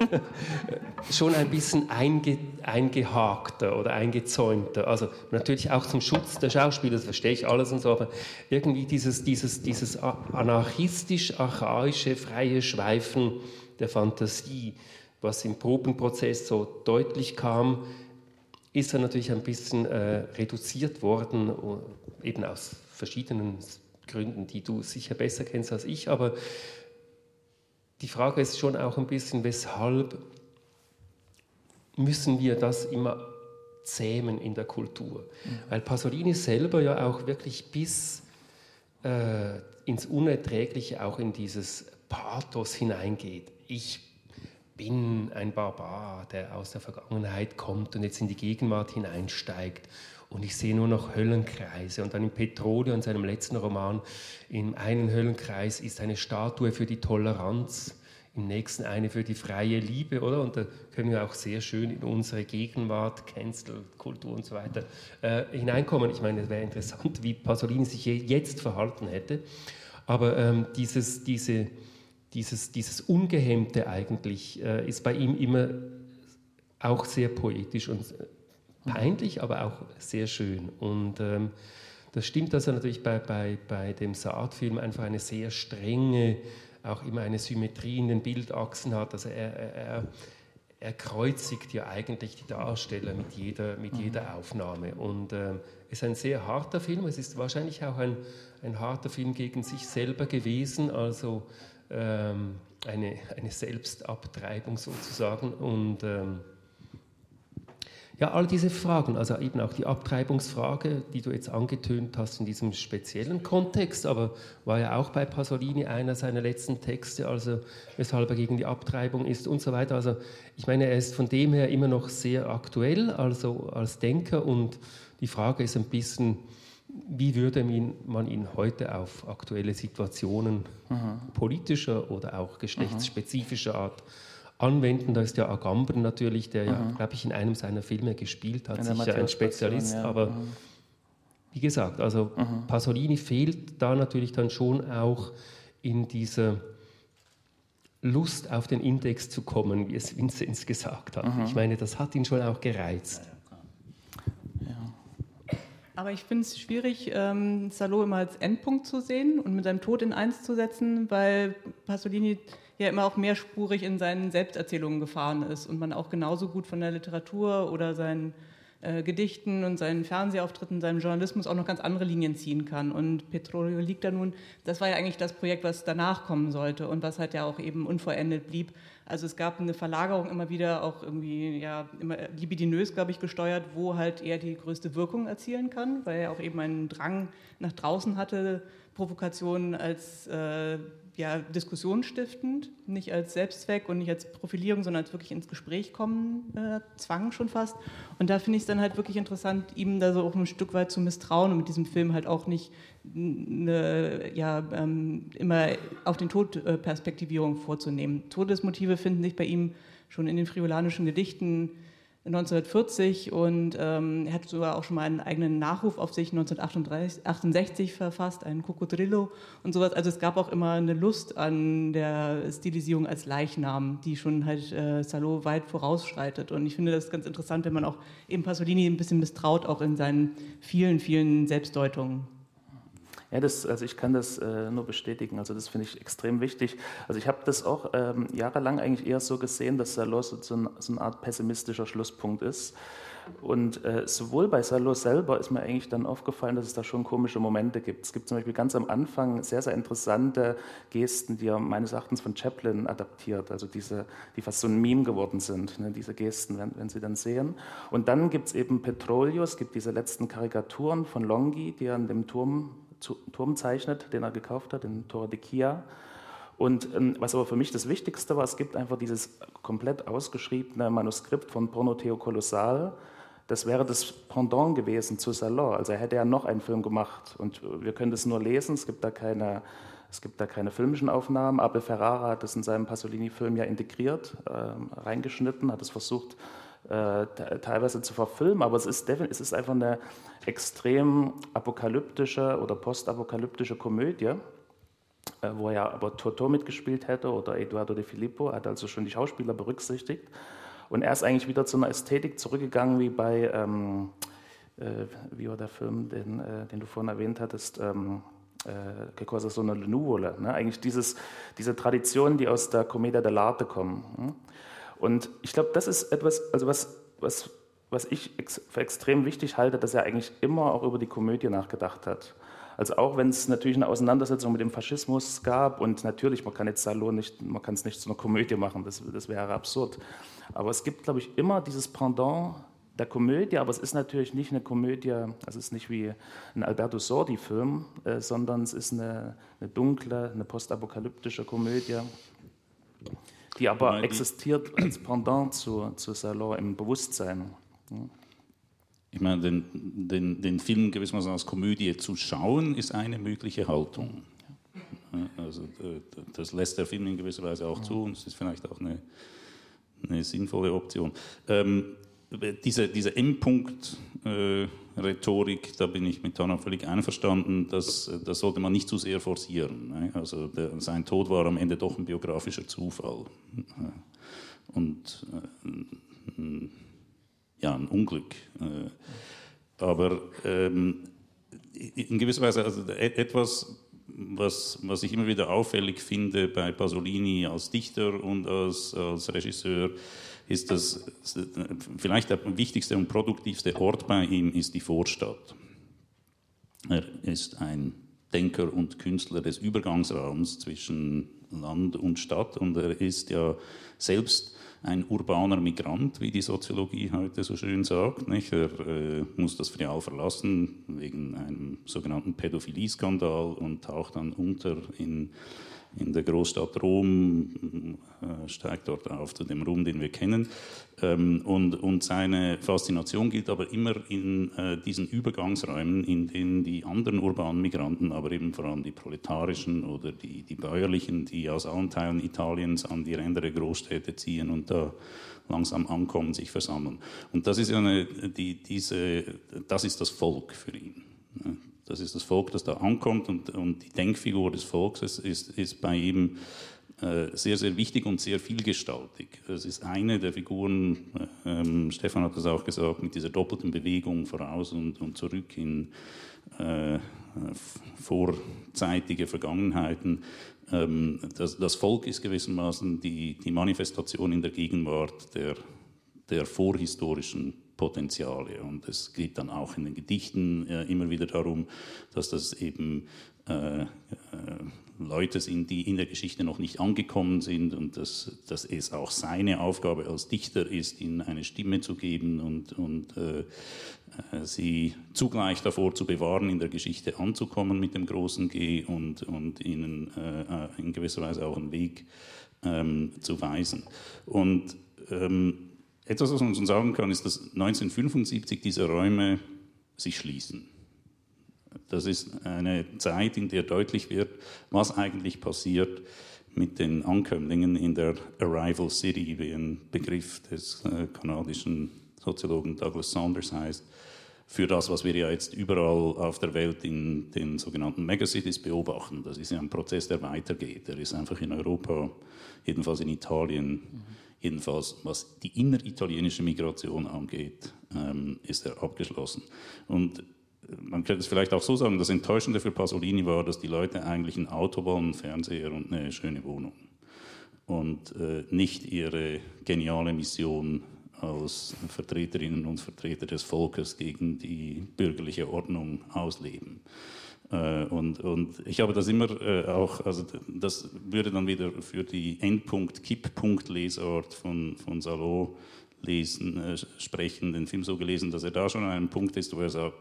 schon ein bisschen einge, eingehakter oder eingezäunter. Also natürlich auch zum Schutz der Schauspieler, das verstehe ich alles und so, aber irgendwie dieses, dieses, dieses anarchistisch-archaische, freie Schweifen der Fantasie, was im Probenprozess so deutlich kam, ist er natürlich ein bisschen äh, reduziert worden, eben aus verschiedenen Gründen, die du sicher besser kennst als ich. Aber die Frage ist schon auch ein bisschen, weshalb müssen wir das immer zähmen in der Kultur? Mhm. Weil Pasolini selber ja auch wirklich bis äh, ins Unerträgliche, auch in dieses Pathos hineingeht. Ich bin ein Barbar, der aus der Vergangenheit kommt und jetzt in die Gegenwart hineinsteigt. Und ich sehe nur noch Höllenkreise. Und dann in Petrolio, in seinem letzten Roman, in einem Höllenkreis ist eine Statue für die Toleranz, im nächsten eine für die freie Liebe, oder? Und da können wir auch sehr schön in unsere Gegenwart, Cancel-Kultur und so weiter äh, hineinkommen. Ich meine, es wäre interessant, wie Pasolini sich jetzt verhalten hätte. Aber ähm, dieses, diese... Dieses, dieses Ungehemmte eigentlich äh, ist bei ihm immer auch sehr poetisch und peinlich, aber auch sehr schön. Und ähm, das stimmt, dass er natürlich bei, bei, bei dem Saad-Film einfach eine sehr strenge, auch immer eine Symmetrie in den Bildachsen hat. Also er, er, er kreuzigt ja eigentlich die Darsteller mit jeder, mit jeder Aufnahme. Und ähm, es ist ein sehr harter Film. Es ist wahrscheinlich auch ein, ein harter Film gegen sich selber gewesen. Also Eine, eine Selbstabtreibung sozusagen und ähm, ja, all diese Fragen, also eben auch die Abtreibungsfrage, die du jetzt angetönt hast in diesem speziellen Kontext, aber war ja auch bei Pasolini einer seiner letzten Texte, also weshalb er gegen die Abtreibung ist und so weiter. Also ich meine, er ist von dem her immer noch sehr aktuell, also als Denker, und die Frage ist ein bisschen, wie würde man ihn heute auf aktuelle Situationen Aha. politischer oder auch geschlechtsspezifischer Art anwenden? Da ist ja Agamben natürlich, der Aha. ja, glaube ich, in einem seiner Filme gespielt hat, sicher ein Spezialist, ja. aber Aha. wie gesagt, also Aha. Pasolini fehlt da natürlich dann schon auch in dieser Lust auf den Index zu kommen, wie es Vinzenz gesagt hat. Aha. Ich meine, das hat ihn schon auch gereizt. Aber ich finde es schwierig, ähm, Salo immer als Endpunkt zu sehen und mit seinem Tod in eins zu setzen, weil Pasolini ja immer auch mehrspurig in seinen Selbsterzählungen gefahren ist und man auch genauso gut von der Literatur oder seinen äh, Gedichten und seinen Fernsehauftritten, seinem Journalismus auch noch ganz andere Linien ziehen kann. Und Petrolio liegt da nun, das war ja eigentlich das Projekt, was danach kommen sollte und was halt ja auch eben unvollendet blieb. Also es gab eine Verlagerung immer wieder, auch irgendwie ja immer libidinös, glaube ich, gesteuert, wo halt er die größte Wirkung erzielen kann, weil er auch eben einen Drang nach draußen hatte, Provokationen als äh, ja, diskussionsstiftend, nicht als Selbstzweck und nicht als Profilierung, sondern als wirklich ins Gespräch kommen, äh, Zwang schon fast. Und da finde ich es dann halt wirklich interessant, ihm da so auch ein Stück weit zu misstrauen und mit diesem Film halt auch nicht eine, ja, ähm, immer auf den Tod äh, Perspektivierung vorzunehmen. Todesmotive finden sich bei ihm schon in den friolanischen Gedichten neunzehnhundertvierzig und ähm, er hat sogar auch schon mal einen eigenen Nachruf auf sich neunzehnhundertachtundsechzig verfasst, einen Cocodrillo und sowas. Also es gab auch immer eine Lust an der Stilisierung als Leichnam, die schon halt äh, Salo weit vorausschreitet. Und ich finde das ganz interessant, wenn man auch eben Pasolini ein bisschen misstraut, auch in seinen vielen, vielen Selbstdeutungen. Ja, das, also ich kann das äh, nur bestätigen, also das finde ich extrem wichtig. Also ich habe das auch ähm, jahrelang eigentlich eher so gesehen, dass Salo so, so, ein, so eine Art pessimistischer Schlusspunkt ist. Und äh, sowohl bei Salo selber ist mir eigentlich dann aufgefallen, dass es da schon komische Momente gibt. Es gibt zum Beispiel ganz am Anfang sehr, sehr interessante Gesten, die er meines Erachtens von Chaplin adaptiert, also diese, die fast so ein Meme geworden sind, ne, diese Gesten, wenn, wenn Sie dann sehen. Und dann gibt es eben Petrolio, es gibt diese letzten Karikaturen von Longhi, die er an dem Turm Turm zeichnet, den er gekauft hat, den Torre de Chia. Und ähm, was aber für mich das Wichtigste war, es gibt einfach dieses komplett ausgeschriebene Manuskript von Prometeo Kolossal. Das wäre das Pendant gewesen zu Salò. Also er hätte ja noch einen Film gemacht und wir können das nur lesen, es gibt da keine, es gibt da keine filmischen Aufnahmen. Abel Ferrara hat das in seinem Pasolini-Film ja integriert, äh, reingeschnitten, hat es versucht, äh, teilweise zu verfilmen, aber es ist, es ist einfach eine extrem apokalyptische oder postapokalyptische Komödie, äh, wo ja aber Totò mitgespielt hätte oder Eduardo De Filippo, hat also schon die Schauspieler berücksichtigt. Und er ist eigentlich wieder zu einer Ästhetik zurückgegangen, wie bei, ähm, äh, wie war der Film, den, äh, den du vorhin erwähnt hattest, ähm, äh, Che cosa sono le nuvole, ne? Eigentlich dieses, diese Traditionen, die aus der Commedia dell'arte kommen. Hm? Und ich glaube, das ist etwas, also was, was, was ich ex für extrem wichtig halte, dass er eigentlich immer auch über die Komödie nachgedacht hat. Also auch wenn es natürlich eine Auseinandersetzung mit dem Faschismus gab und natürlich, man kann jetzt Salò nicht, man kann es nicht zu einer Komödie machen, das, das wäre absurd. Aber es gibt, glaube ich, immer dieses Pendant der Komödie, aber es ist natürlich nicht eine Komödie, also es ist nicht wie ein Alberto Sordi-Film, äh, sondern es ist eine, eine dunkle, eine postapokalyptische Komödie, die aber die existiert als Pendant zu, zu Salò im Bewusstsein. Ja. Ich meine, den, den, den Film gewissermaßen als Komödie zu schauen, ist eine mögliche Haltung. Also das lässt der Film in gewisser Weise auch zu und es ist vielleicht auch eine, eine sinnvolle Option. Ähm, diese diese Endpunkt-Rhetorik, äh, da bin ich mit Tana völlig einverstanden, das, das sollte man nicht zu sehr forcieren. Ne? Also der, sein Tod war am Ende doch ein biografischer Zufall. Und äh, ja, ein Unglück. Aber ähm, in gewisser Weise also etwas, was, was ich immer wieder auffällig finde bei Pasolini als Dichter und als, als Regisseur, ist, dass vielleicht der wichtigste und produktivste Ort bei ihm ist die Vorstadt. Er ist ein Denker und Künstler des Übergangsraums zwischen Land und Stadt und er ist ja selbst ein urbaner Migrant, wie die Soziologie heute so schön sagt. Nicht? Er äh, muss das Friaul verlassen wegen einem sogenannten Pädophilie-Skandal und taucht dann unter in, in der Großstadt Rom, äh, steigt dort auf zu dem Ruhm, den wir kennen. Ähm, und, und seine Faszination gilt aber immer in äh, diesen Übergangsräumen, in denen die anderen urbanen Migranten, aber eben vor allem die proletarischen oder die, die bäuerlichen, die aus allen Teilen Italiens an die Ränder der Großstädte ziehen und da langsam ankommen, sich versammeln. Und das ist ja eine, die, diese, das ist das Volk für ihn. Das ist das Volk, das da ankommt und, und die Denkfigur des Volkes ist, ist bei ihm sehr, sehr wichtig und sehr vielgestaltig. Es ist eine der Figuren, ähm, Stefan hat das auch gesagt, mit dieser doppelten Bewegung voraus und, und zurück in äh, vorzeitige Vergangenheiten. Ähm, das, das Volk ist gewissermaßen die, die Manifestation in der Gegenwart der, der vorhistorischen Potenziale. Und es geht dann auch in den Gedichten äh, immer wieder darum, dass das eben äh, äh, Leute sind, die in der Geschichte noch nicht angekommen sind und dass, dass es auch seine Aufgabe als Dichter ist, ihnen eine Stimme zu geben und, und äh, sie zugleich davor zu bewahren, in der Geschichte anzukommen mit dem großen G und, und ihnen äh, in gewisser Weise auch einen Weg ähm, zu weisen. Und ähm, etwas, was man schon sagen kann, ist, dass neunzehnhundertfünfundsiebzig diese Räume sich schließen. Das ist eine Zeit, in der deutlich wird, was eigentlich passiert mit den Ankömmlingen in der Arrival City, wie ein Begriff des äh, kanadischen Soziologen Douglas Saunders heißt, für das, was wir ja jetzt überall auf der Welt in den sogenannten Megacities beobachten. Das ist ja ein Prozess, der weitergeht. Der ist einfach in Europa, jedenfalls in Italien, mhm. jedenfalls was die inneritalienische Migration angeht, ähm, ist er abgeschlossen. Und man könnte es vielleicht auch so sagen, das Enttäuschende für Pasolini war, dass die Leute eigentlich ein Auto wollen, einen Fernseher und eine schöne Wohnung und äh, nicht ihre geniale Mission als Vertreterinnen und Vertreter des Volkes gegen die bürgerliche Ordnung ausleben. Äh, und, und ich habe das immer äh, auch, also das würde dann wieder für die Endpunkt-Kipppunkt-Lesart von, von Salò lesen, äh, sprechen, den Film so gelesen, dass er da schon an einem Punkt ist, wo er sagt,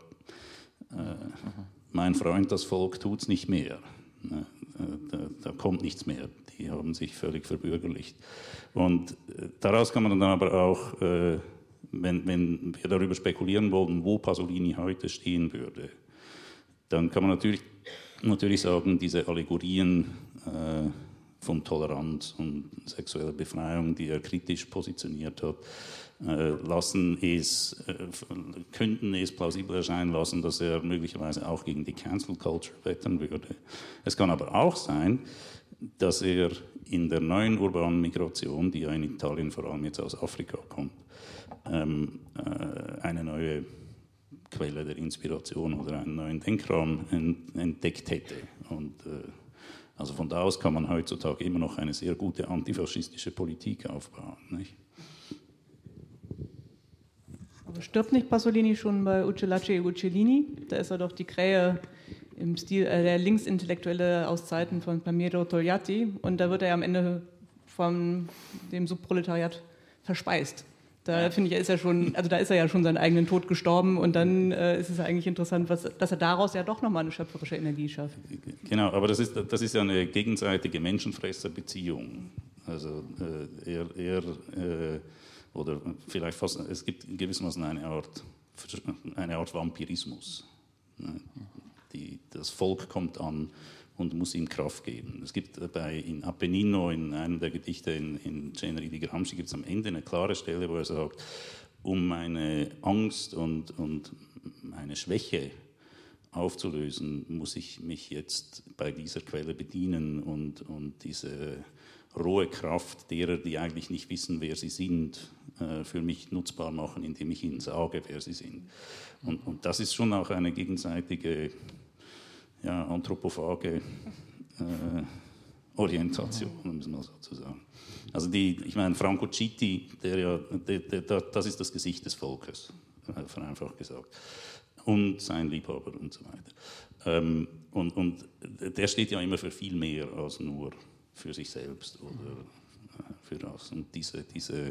Äh, mein Freund, das Volk tut es nicht mehr. Äh, da, da kommt nichts mehr. Die haben sich völlig verbürgerlicht. Und äh, daraus kann man dann aber auch, äh, wenn, wenn wir darüber spekulieren wollen, wo Pasolini heute stehen würde, dann kann man natürlich, natürlich sagen, diese Allegorien äh, von Toleranz und sexueller Befreiung, die er kritisch positioniert hat, äh, lassen es, äh, könnten es plausibel erscheinen lassen, dass er möglicherweise auch gegen die Cancel Culture wettern würde. Es kann aber auch sein, dass er in der neuen urbanen Migration, die ja in Italien vor allem jetzt aus Afrika kommt, ähm, äh, eine neue Quelle der Inspiration oder einen neuen Denkraum entdeckt hätte. Und äh, also von da aus kann man heutzutage immer noch eine sehr gute antifaschistische Politik aufbauen. Nicht? Aber stirbt nicht Pasolini schon bei Uccelacci e Uccellini? Da ist er doch die Krähe im Stil äh, der Linksintellektuelle aus Zeiten von Palmiro Togliatti. Und da wird er am Ende von dem Subproletariat verspeist. Da finde ich, ist er schon, also da ist er ja schon seinen eigenen Tod gestorben und dann äh, ist es eigentlich interessant, was, dass er daraus ja doch nochmal eine schöpferische Energie schafft. Genau, aber das ist, das ist ja eine gegenseitige Menschenfresserbeziehung. Also äh, er, er äh, oder vielleicht fast, es gibt gewissermaßen eine Art, eine Art Vampirismus. Die, das Volk kommt an und muss ihm Kraft geben. Es gibt bei in Appennino, in einem der Gedichte in, in Ceneri di Gramsci, gibt es am Ende eine klare Stelle, wo er sagt, um meine Angst und, und meine Schwäche aufzulösen, muss ich mich jetzt bei dieser Quelle bedienen und, und diese rohe Kraft derer, die eigentlich nicht wissen, wer sie sind, für mich nutzbar machen, indem ich ihnen sage, wer sie sind. Und, und das ist schon auch eine gegenseitige, ja, anthropophage äh, Orientation, muss man so sagen. Also die, ich meine, Franco Citti, der ja, der, der, das ist das Gesicht des Volkes, vereinfacht gesagt, und sein Liebhaber und so weiter. Ähm, und, und der steht ja immer für viel mehr als nur für sich selbst oder äh, für das. Und diese, diese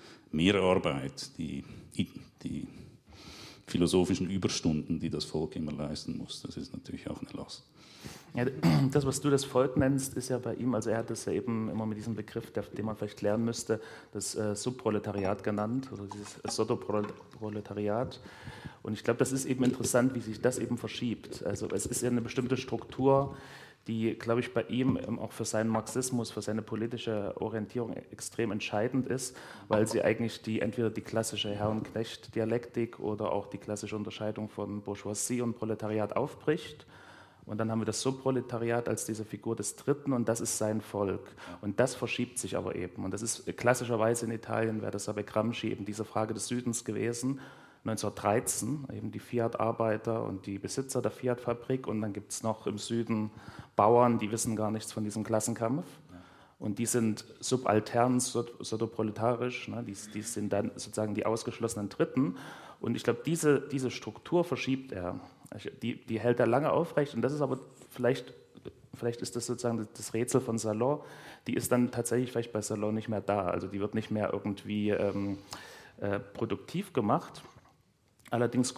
Mehrarbeit, die, die philosophischen Überstunden, die das Volk immer leisten muss, das ist natürlich auch eine Last. Ja, das, was du das Volk nennst, ist ja bei ihm, also er hat das ja eben immer mit diesem Begriff, den man vielleicht klären müsste, das äh, Subproletariat genannt, oder dieses Sottoproletariat. Und ich glaube, das ist eben interessant, wie sich das eben verschiebt. Also es ist ja eine bestimmte Struktur, die, glaube ich, bei ihm auch für seinen Marxismus, für seine politische Orientierung extrem entscheidend ist, weil sie eigentlich die, entweder die klassische Herr-und-Knecht-Dialektik oder auch die klassische Unterscheidung von Bourgeoisie und Proletariat aufbricht. Und dann haben wir das Subproletariat als diese Figur des Dritten und das ist sein Volk. Und das verschiebt sich aber eben. Und das ist klassischerweise in Italien, wäre das ja bei Gramsci eben diese Frage des Südens gewesen, neunzehnhundertdreizehn, eben die Fiat-Arbeiter und die Besitzer der Fiat-Fabrik und dann gibt es noch im Süden Bauern, die wissen gar nichts von diesem Klassenkampf und die sind subaltern, sottoproletarisch, ne? die, die sind dann sozusagen die ausgeschlossenen Dritten und ich glaube, diese, diese Struktur verschiebt er, die, die hält er lange aufrecht und das ist aber vielleicht, vielleicht ist das sozusagen das Rätsel von Salon, die ist dann tatsächlich vielleicht bei Salon nicht mehr da, also die wird nicht mehr irgendwie ähm, äh, produktiv gemacht. Allerdings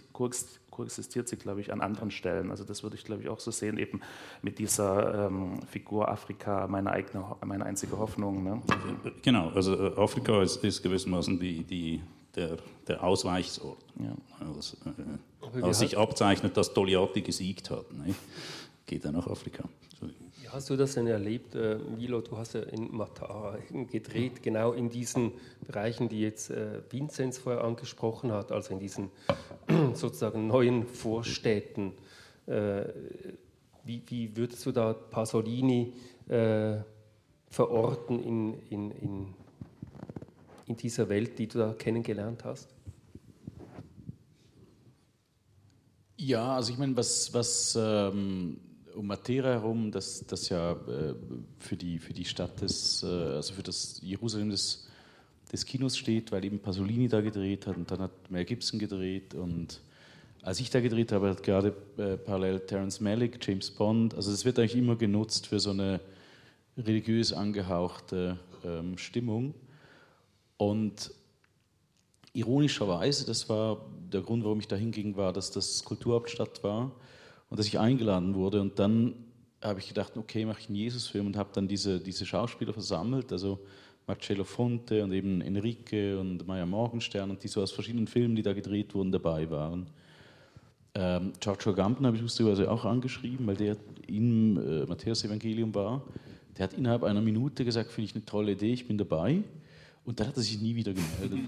koexistiert sie, glaube ich, an anderen Stellen. Also das würde ich, glaube ich, auch so sehen, eben mit dieser ähm, Figur Afrika, meine, eigene, meine einzige Hoffnung. Ne? Genau, also Afrika ist, ist gewissermaßen die, die, der, der Ausweichsort. Ja. Als, äh, als sich abzeichnet, dass Togliatti gesiegt hat, ne? Geht er nach Afrika. Wie hast du das denn erlebt, äh, Milo? Du hast ja in Matara gedreht, genau in diesen Bereichen, die jetzt äh, Vinzenz vorher angesprochen hat, also in diesen sozusagen neuen Vorstädten. Äh, wie, wie würdest du da Pasolini äh, verorten in, in, in, in dieser Welt, die du da kennengelernt hast? Ja, also ich meine, was... was ähm um Matera herum, das, das ja äh, für, die, für die Stadt des, äh, also für das Jerusalem des, des Kinos steht, weil eben Pasolini da gedreht hat und dann hat Mel Gibson gedreht und als ich da gedreht habe, hat gerade äh, parallel Terrence Malick, James Bond, also es wird eigentlich immer genutzt für so eine religiös angehauchte ähm, Stimmung und ironischerweise, das war der Grund, warum ich da hinging, war, dass das Kulturhauptstadt war und dass ich eingeladen wurde und dann habe ich gedacht, okay, mache ich einen Jesus-Film und habe dann diese, diese Schauspieler versammelt, also Marcello Fonte und eben Enrique und Maya Morgenstern und die so aus verschiedenen Filmen, die da gedreht wurden, dabei waren. Ähm, Giorgio Agamben habe ich lustigerweise auch angeschrieben, weil der im äh, Matthäus-Evangelium war. der hat innerhalb einer Minute gesagt, finde ich eine tolle Idee, ich bin dabei. Und dann hat er sich nie wieder gemeldet.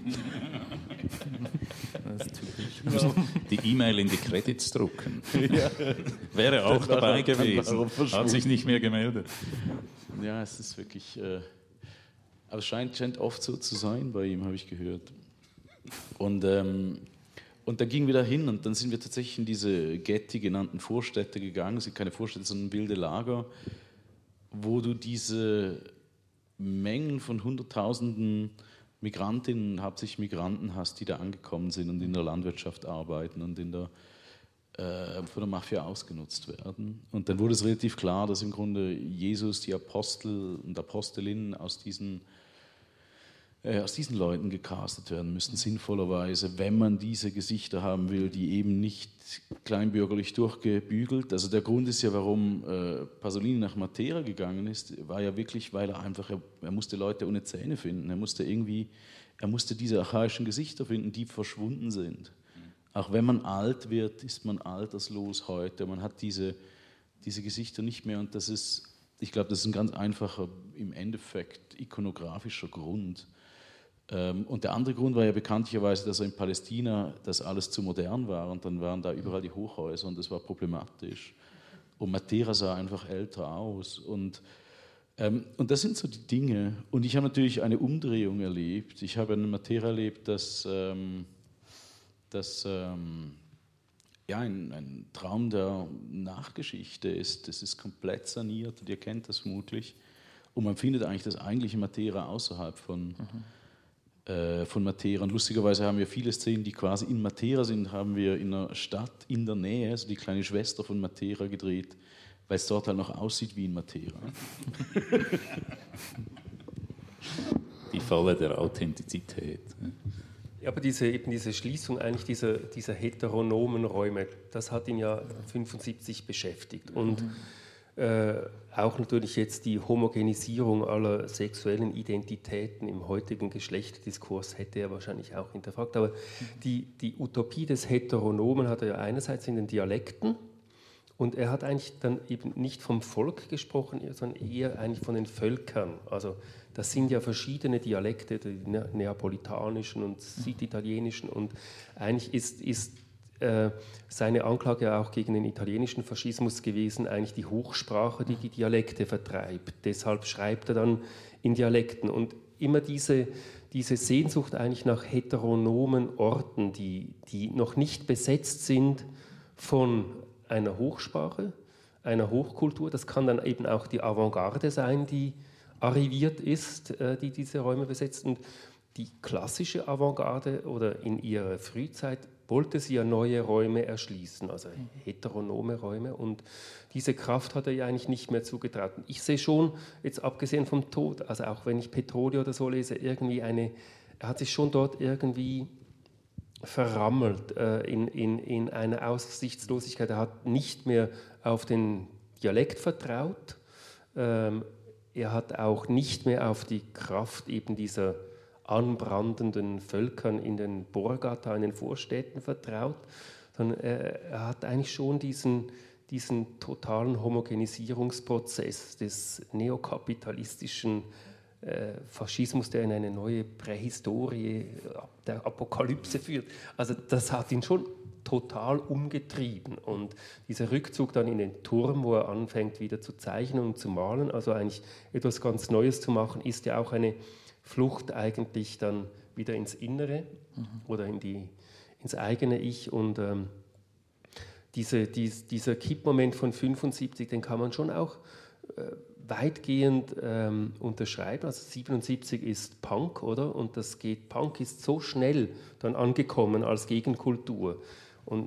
Das ist typisch. Die E-Mail in die Credits drucken. Ja. Wäre auch dabei gewesen. Hat sich nicht mehr gemeldet. Ja, es ist wirklich... Äh, aber es scheint, scheint oft so zu sein bei ihm, habe ich gehört. Und, ähm, und dann gingen wir da hin und dann sind wir tatsächlich in diese Getty genannten Vorstädte gegangen. Es sind keine Vorstädte, sondern wilde Lager, wo du diese Mengen von Hunderttausenden Migrantinnen, hauptsächlich Migranten hast, die da angekommen sind und in der Landwirtschaft arbeiten und in der, äh, von der Mafia ausgenutzt werden. Und dann wurde es relativ klar, dass im Grunde Jesus, die Apostel und Apostelinnen aus diesen Äh, aus diesen Leuten gecastet werden müssen, sinnvollerweise, wenn man diese Gesichter haben will, die eben nicht kleinbürgerlich durchgebügelt. Also der Grund ist ja, warum äh, Pasolini nach Matera gegangen ist, war ja wirklich, weil er einfach, er, er musste Leute ohne Zähne finden, er musste irgendwie, er musste diese archaischen Gesichter finden, die verschwunden sind. Auch wenn man alt wird, ist man alterslos heute, man hat diese, diese Gesichter nicht mehr und das ist, ich glaube, das ist ein ganz einfacher, im Endeffekt ikonografischer Grund. Und der andere Grund war ja bekanntlicherweise, dass er in Palästina das alles zu modern war und dann waren da überall die Hochhäuser und das war problematisch. Und Matera sah einfach älter aus. Und, ähm, und das sind so die Dinge. Und ich habe natürlich eine Umdrehung erlebt. Ich habe in Matera erlebt, dass, ähm, dass ähm, ja, ein, ein Traum der Nachgeschichte ist. Das ist komplett saniert und ihr kennt das vermutlich. Und man findet eigentlich das eigentliche Matera außerhalb von... Mhm. von Matera. Und lustigerweise haben wir viele Szenen, die quasi in Matera sind, haben wir in einer Stadt in der Nähe, also die kleine Schwester von Matera gedreht, weil es dort halt noch aussieht wie in Matera. Die Falle der Authentizität. Ja, aber diese, eben diese Schließung eigentlich dieser, dieser heteronomen Räume, das hat ihn ja fünfundsiebzig beschäftigt. Und mhm. Äh, auch natürlich jetzt die Homogenisierung aller sexuellen Identitäten im heutigen Geschlechterdiskurs hätte er wahrscheinlich auch hinterfragt. Aber die, die Utopie des Heteronomen hat er ja einerseits in den Dialekten und er hat eigentlich dann eben nicht vom Volk gesprochen, sondern eher eigentlich von den Völkern. Also das sind ja verschiedene Dialekte, die neapolitanischen und süditalienischen und eigentlich ist, ist seine Anklage auch gegen den italienischen Faschismus gewesen, eigentlich die Hochsprache, die die Dialekte vertreibt. Deshalb schreibt er dann in Dialekten. Und immer diese, diese Sehnsucht eigentlich nach heteronomen Orten, die, die noch nicht besetzt sind von einer Hochsprache, einer Hochkultur. Das kann dann eben auch die Avantgarde sein, die arriviert ist, die diese Räume besetzt. Und die klassische Avantgarde oder in ihrer Frühzeit wollte sie ja neue Räume erschließen, also heteronome Räume. Und diese Kraft hat er ja eigentlich nicht mehr zugetraut. Ich sehe schon, jetzt abgesehen vom Tod, also auch wenn ich Petroli oder so lese, irgendwie eine, er hat sich schon dort irgendwie verrammelt äh, in, in, in einer Aussichtslosigkeit. Er hat nicht mehr auf den Dialekt vertraut. Ähm, er hat auch nicht mehr auf die Kraft eben dieser anbrandenden Völkern in den Borgata, in den Vorstädten vertraut, sondern er, er hat eigentlich schon diesen, diesen totalen Homogenisierungsprozess des neokapitalistischen äh, Faschismus, der in eine neue Prähistorie der Apokalypse führt. Also das hat ihn schon total umgetrieben und dieser Rückzug dann in den Turm, wo er anfängt wieder zu zeichnen und zu malen, also eigentlich etwas ganz Neues zu machen, ist ja auch eine Flucht eigentlich dann wieder ins Innere mhm. oder in die, ins eigene Ich. Und ähm, diese, dies, dieser Kippmoment von fünfundsiebzig, den kann man schon auch äh, weitgehend ähm, unterschreiben. Also siebenundsiebzig ist Punk, oder? Und das geht, Punk ist so schnell dann angekommen als Gegenkultur. Und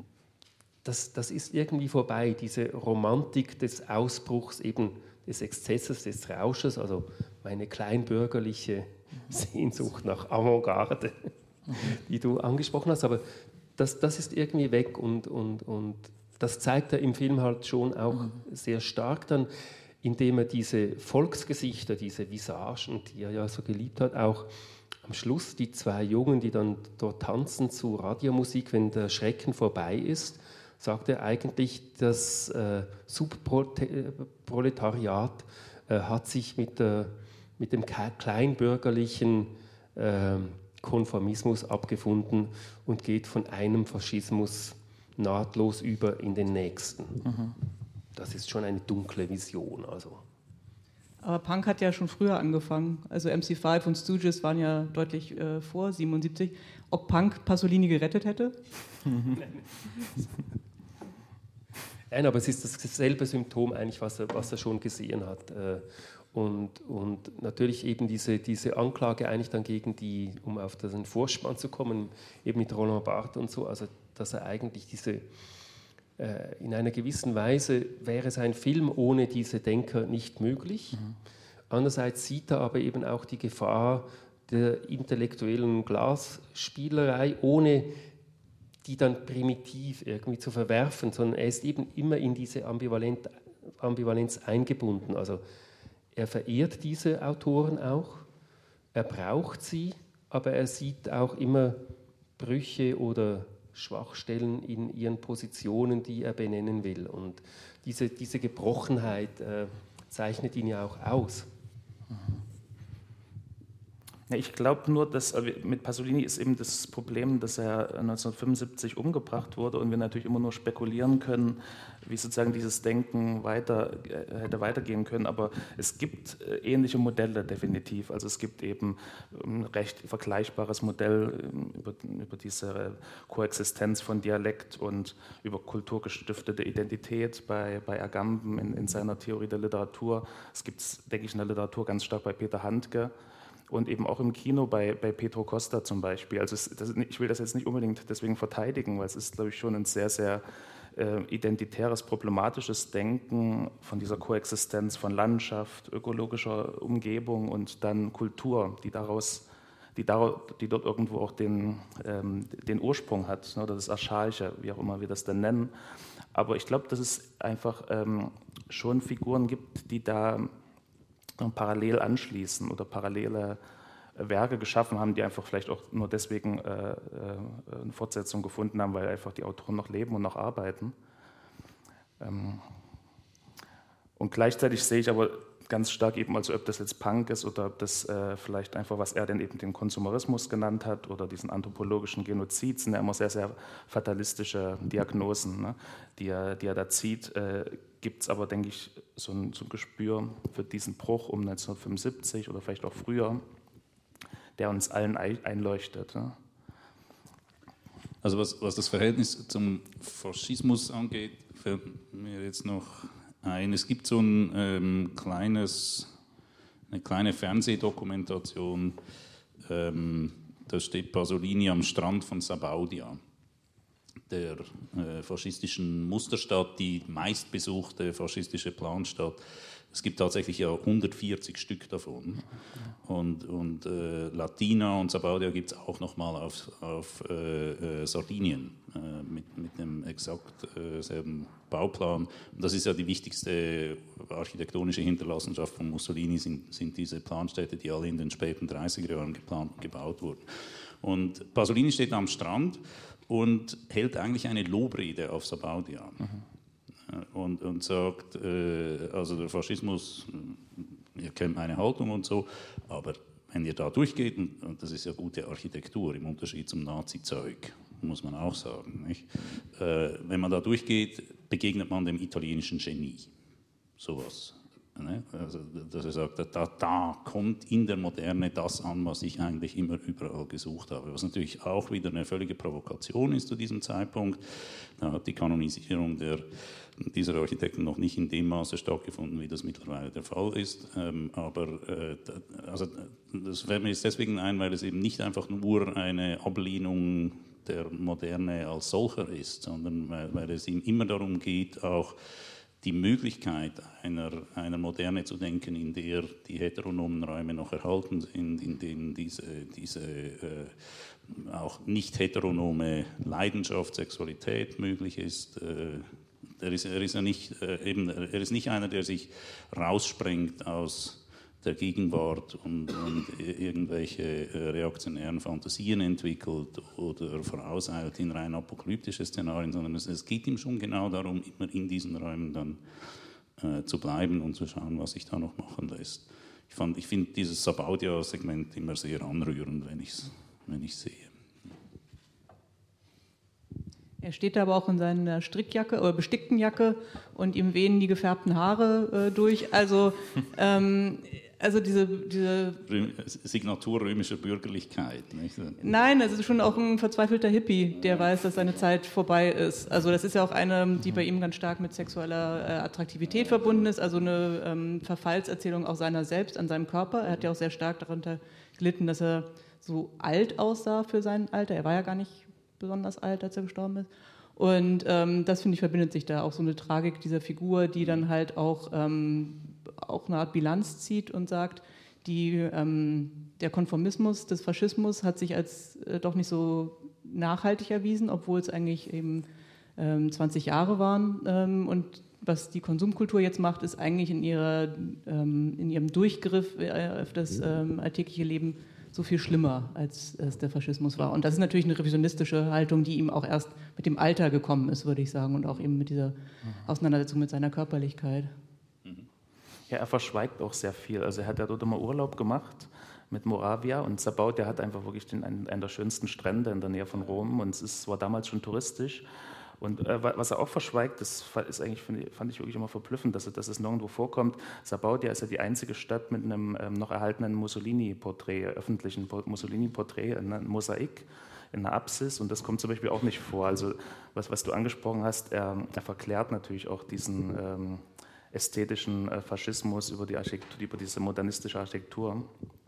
das, das ist irgendwie vorbei, diese Romantik des Ausbruchs eben des Exzesses, des Rausches, also meine kleinbürgerliche Sehnsucht nach Avantgarde, die du angesprochen hast, aber das, das ist irgendwie weg und, und, und das zeigt er im Film halt schon auch mhm. sehr stark dann, indem er diese Volksgesichter, diese Visagen, die er ja so geliebt hat, auch am Schluss die zwei Jungen, die dann dort tanzen zu Radiomusik, wenn der Schrecken vorbei ist, sagt er eigentlich, das äh, Subproletariat äh, hat sich mit, der, mit dem kleinbürgerlichen äh, Konformismus abgefunden und geht von einem Faschismus nahtlos über in den nächsten. Mhm. Das ist schon eine dunkle Vision. Also. Aber Punk hat ja schon früher angefangen. Also M C fünf und Stooges waren ja deutlich äh, vor siebenundsiebzig. Ob Punk Pasolini gerettet hätte? Nein, aber es ist dasselbe Symptom eigentlich, was er, was er schon gesehen hat. Und, und natürlich eben diese, diese Anklage eigentlich dann gegen die, um auf den Vorspann zu kommen, eben mit Roland Barthes und so, also dass er eigentlich diese, äh, in einer gewissen Weise wäre sein Film ohne diese Denker nicht möglich. Mhm. Andererseits sieht er aber eben auch die Gefahr der intellektuellen Glasspielerei, ohne die dann primitiv irgendwie zu verwerfen, sondern er ist eben immer in diese Ambivalent, Ambivalenz eingebunden. Also er verehrt diese Autoren auch, er braucht sie, aber er sieht auch immer Brüche oder Schwachstellen in ihren Positionen, die er benennen will. Und diese, diese Gebrochenheit äh, zeichnet ihn ja auch aus. Ja, ich glaube nur, dass mit Pasolini ist eben das Problem, dass er neunzehnhundertfünfundsiebzig umgebracht wurde und wir natürlich immer nur spekulieren können, wie sozusagen dieses Denken weiter, äh, hätte weitergehen können. Aber es gibt äh, ähnliche Modelle definitiv. Also es gibt eben ein recht vergleichbares Modell äh, über, über diese Koexistenz von Dialekt und über kulturgestiftete Identität bei, bei Agamben in, in seiner Theorie der Literatur. Es gibt es, denke ich, in der Literatur ganz stark bei Peter Handke. Und eben auch im Kino bei, bei Pedro Costa zum Beispiel. Also es, das, ich will das jetzt nicht unbedingt deswegen verteidigen, weil es ist, glaube ich, schon ein sehr, sehr äh, identitäres, problematisches Denken von dieser Koexistenz von Landschaft, ökologischer Umgebung und dann Kultur, die daraus, die, daraus, die dort irgendwo auch den, ähm, den Ursprung hat, ne, oder das Archaische, wie auch immer wir das dann nennen. Aber ich glaube, dass es einfach ähm, schon Figuren gibt, die da parallel anschließen oder parallele Werke geschaffen haben, die einfach vielleicht auch nur deswegen äh, äh, eine Fortsetzung gefunden haben, weil einfach die Autoren noch leben und noch arbeiten. Ähm und gleichzeitig sehe ich aber ganz stark eben, also ob das jetzt Punk ist oder ob das äh, vielleicht einfach, was er denn eben den Konsumerismus genannt hat oder diesen anthropologischen Genozid, sind ja immer sehr, sehr fatalistische Diagnosen, ne, die, er, die er da zieht. Äh, gibt es aber, denke ich, so ein, so ein Gespür für diesen Bruch um neunzehnhundertfünfundsiebzig oder vielleicht auch früher, der uns allen einleuchtet. Ne? Also was, was das Verhältnis zum Faschismus angeht, fällt mir jetzt noch ein, es gibt so ein ähm, kleines, eine kleine Fernsehdokumentation, ähm, da steht Pasolini am Strand von Sabaudia, der äh, faschistischen Musterstadt, die meistbesuchte faschistische Planstadt. Es gibt tatsächlich ja hundertvierzig Stück davon. Und, und äh, Latina und Sabaudia gibt es auch nochmal auf, auf äh, äh, Sardinien äh, mit, mit dem exakt äh, selben Bauplan. Und das ist ja die wichtigste architektonische Hinterlassenschaft von Mussolini, sind, sind diese Planstädte, die alle in den späten dreißiger Jahren geplant und gebaut wurden. Und Pasolini steht am Strand und hält eigentlich eine Lobrede auf Sabaudia. Mhm. Und, und sagt, äh, also der Faschismus, ihr kennt meine Haltung und so, aber wenn ihr da durchgeht, und, und das ist ja gute Architektur im Unterschied zum Nazi-Zeug, muss man auch sagen, nicht? Äh, wenn man da durchgeht, begegnet man dem italienischen Genie, sowas. Ne? Also, dass er sagt, da, da kommt in der Moderne das an, was ich eigentlich immer überall gesucht habe. Was natürlich auch wieder eine völlige Provokation ist zu diesem Zeitpunkt. Da hat die Kanonisierung der, dieser Architekten noch nicht in dem Maße stattgefunden, wie das mittlerweile der Fall ist. Ähm, aber äh, also, das fällt mir jetzt deswegen ein, weil es eben nicht einfach nur eine Ablehnung der Moderne als solcher ist, sondern weil, weil es ihm immer darum geht, auch die Möglichkeit einer, einer Moderne zu denken, in der die heteronomen Räume noch erhalten sind, in denen diese, diese äh, auch nicht heteronome Leidenschaft, Sexualität möglich ist. Äh, er, ist er, ist ja nicht, äh, eben, er ist nicht einer, der sich raussprengt aus der Gegenwart und, und irgendwelche reaktionären Fantasien entwickelt oder vorauseilt in rein apokalyptische Szenarien, sondern es, es geht ihm schon genau darum, immer in diesen Räumen dann äh, zu bleiben und zu schauen, was sich da noch machen lässt. Ich, fand, ich finde dieses Sabaudia-Segment immer sehr anrührend, wenn ich es wenn ich's sehe. Er steht da aber auch in seiner Strickjacke oder bestickten Jacke und ihm wehen die gefärbten Haare äh, durch. Also, ähm, also diese, diese Signatur römischer Bürgerlichkeit. Nicht? Nein, es ist schon auch ein verzweifelter Hippie, der weiß, dass seine Zeit vorbei ist. Also das ist ja auch eine, die bei ihm ganz stark mit sexueller äh, Attraktivität verbunden ist, also eine ähm, Verfallserzählung auch seiner selbst an seinem Körper. Er hat ja auch sehr stark darunter gelitten, dass er so alt aussah für sein Alter. Er war ja gar nicht besonders alt, als er gestorben ist. Und ähm, das, finde ich, verbindet sich da auch so eine Tragik dieser Figur, die dann halt auch, ähm, auch eine Art Bilanz zieht und sagt, die, ähm, der Konformismus des Faschismus hat sich als äh, doch nicht so nachhaltig erwiesen, obwohl es eigentlich eben ähm, zwanzig Jahre waren. Ähm, und was die Konsumkultur jetzt macht, ist eigentlich in, ihrer, ähm, in ihrem Durchgriff äh, auf das ähm, alltägliche Leben so viel schlimmer, als es der Faschismus war. Und das ist natürlich eine revisionistische Haltung, die ihm auch erst mit dem Alter gekommen ist, würde ich sagen, und auch eben mit dieser Auseinandersetzung mit seiner Körperlichkeit. Ja, er verschweigt auch sehr viel. Also er hat ja dort immer Urlaub gemacht mit Moravia und Sabaudia, der hat einfach wirklich den, einen, einen der schönsten Strände in der Nähe von Rom und es ist, war damals schon touristisch. Und äh, was er auch verschweigt, das ist eigentlich, fand ich wirklich immer verblüffend, dass, dass es nirgendwo vorkommt. Sabaudia ist ja die einzige Stadt mit einem ähm, noch erhaltenen Mussolini-Porträt, öffentlichen Mussolini-Porträt, ein Mosaik in der Apsis und das kommt zum Beispiel auch nicht vor. Also was, was du angesprochen hast, er, er verklärt natürlich auch diesen ähm, ästhetischen äh, Faschismus über, die Architektur, über diese modernistische Architektur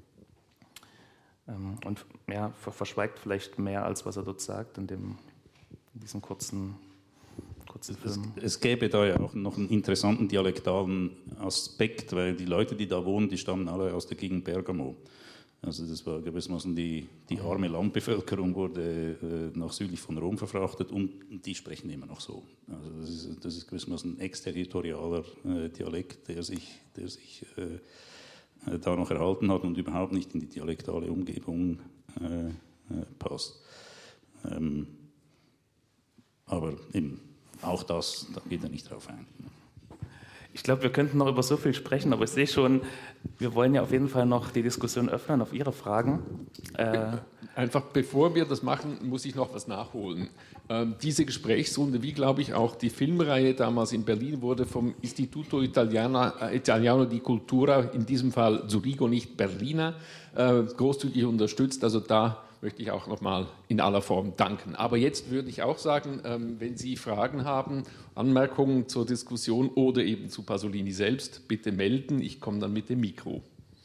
ähm, und ja, verschweigt vielleicht mehr, als was er dort sagt in dem in diesem kurzen, kurzen Film. Es, es gäbe da ja auch noch einen interessanten dialektalen Aspekt, weil die Leute, die da wohnen, die stammen alle aus der Gegend Bergamo. Also das war gewissermaßen die, die arme Landbevölkerung wurde äh, nach südlich von Rom verfrachtet und die sprechen immer noch so. Also das ist, das ist gewissermaßen ein exterritorialer äh, Dialekt, der sich, der sich äh, da noch erhalten hat und überhaupt nicht in die dialektale Umgebung äh, äh, passt. Ähm, Aber eben, auch das, da geht er nicht drauf ein. Ich glaube, wir könnten noch über so viel sprechen, aber ich sehe schon, wir wollen ja auf jeden Fall noch die Diskussion öffnen auf Ihre Fragen. Äh Einfach bevor wir das machen, muss ich noch was nachholen. Ähm, diese Gesprächsrunde, wie glaube ich auch die Filmreihe damals in Berlin, wurde vom Istituto Italiana, äh, Italiano di Cultura, in diesem Fall Zurigo, nicht Berliner, äh, großzügig unterstützt. Also da möchte ich auch nochmal in aller Form danken. Aber jetzt würde ich auch sagen, wenn Sie Fragen haben, Anmerkungen zur Diskussion oder eben zu Pasolini selbst, bitte melden. Ich komme dann mit dem Mikro.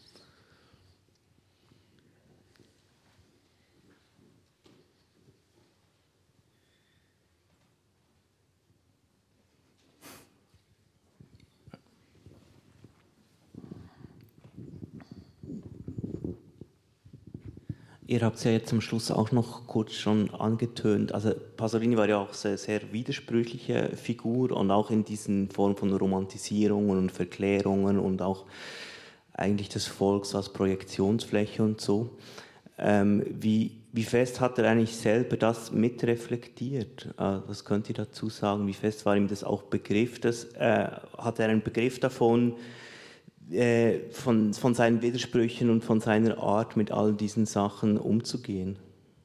Ihr habt es ja jetzt zum Schluss auch noch kurz schon angetönt. Also Pasolini war ja auch eine sehr widersprüchliche Figur und auch in diesen Formen von Romantisierungen und Verklärungen und auch eigentlich des Volks als Projektionsfläche und so. Ähm, wie, wie fest hat er eigentlich selber das mitreflektiert? Äh, was könnt ihr dazu sagen? Wie fest war ihm das auch Begriff? Das, äh, hat er einen Begriff davon, Von, von seinen Widersprüchen und von seiner Art, mit all diesen Sachen umzugehen?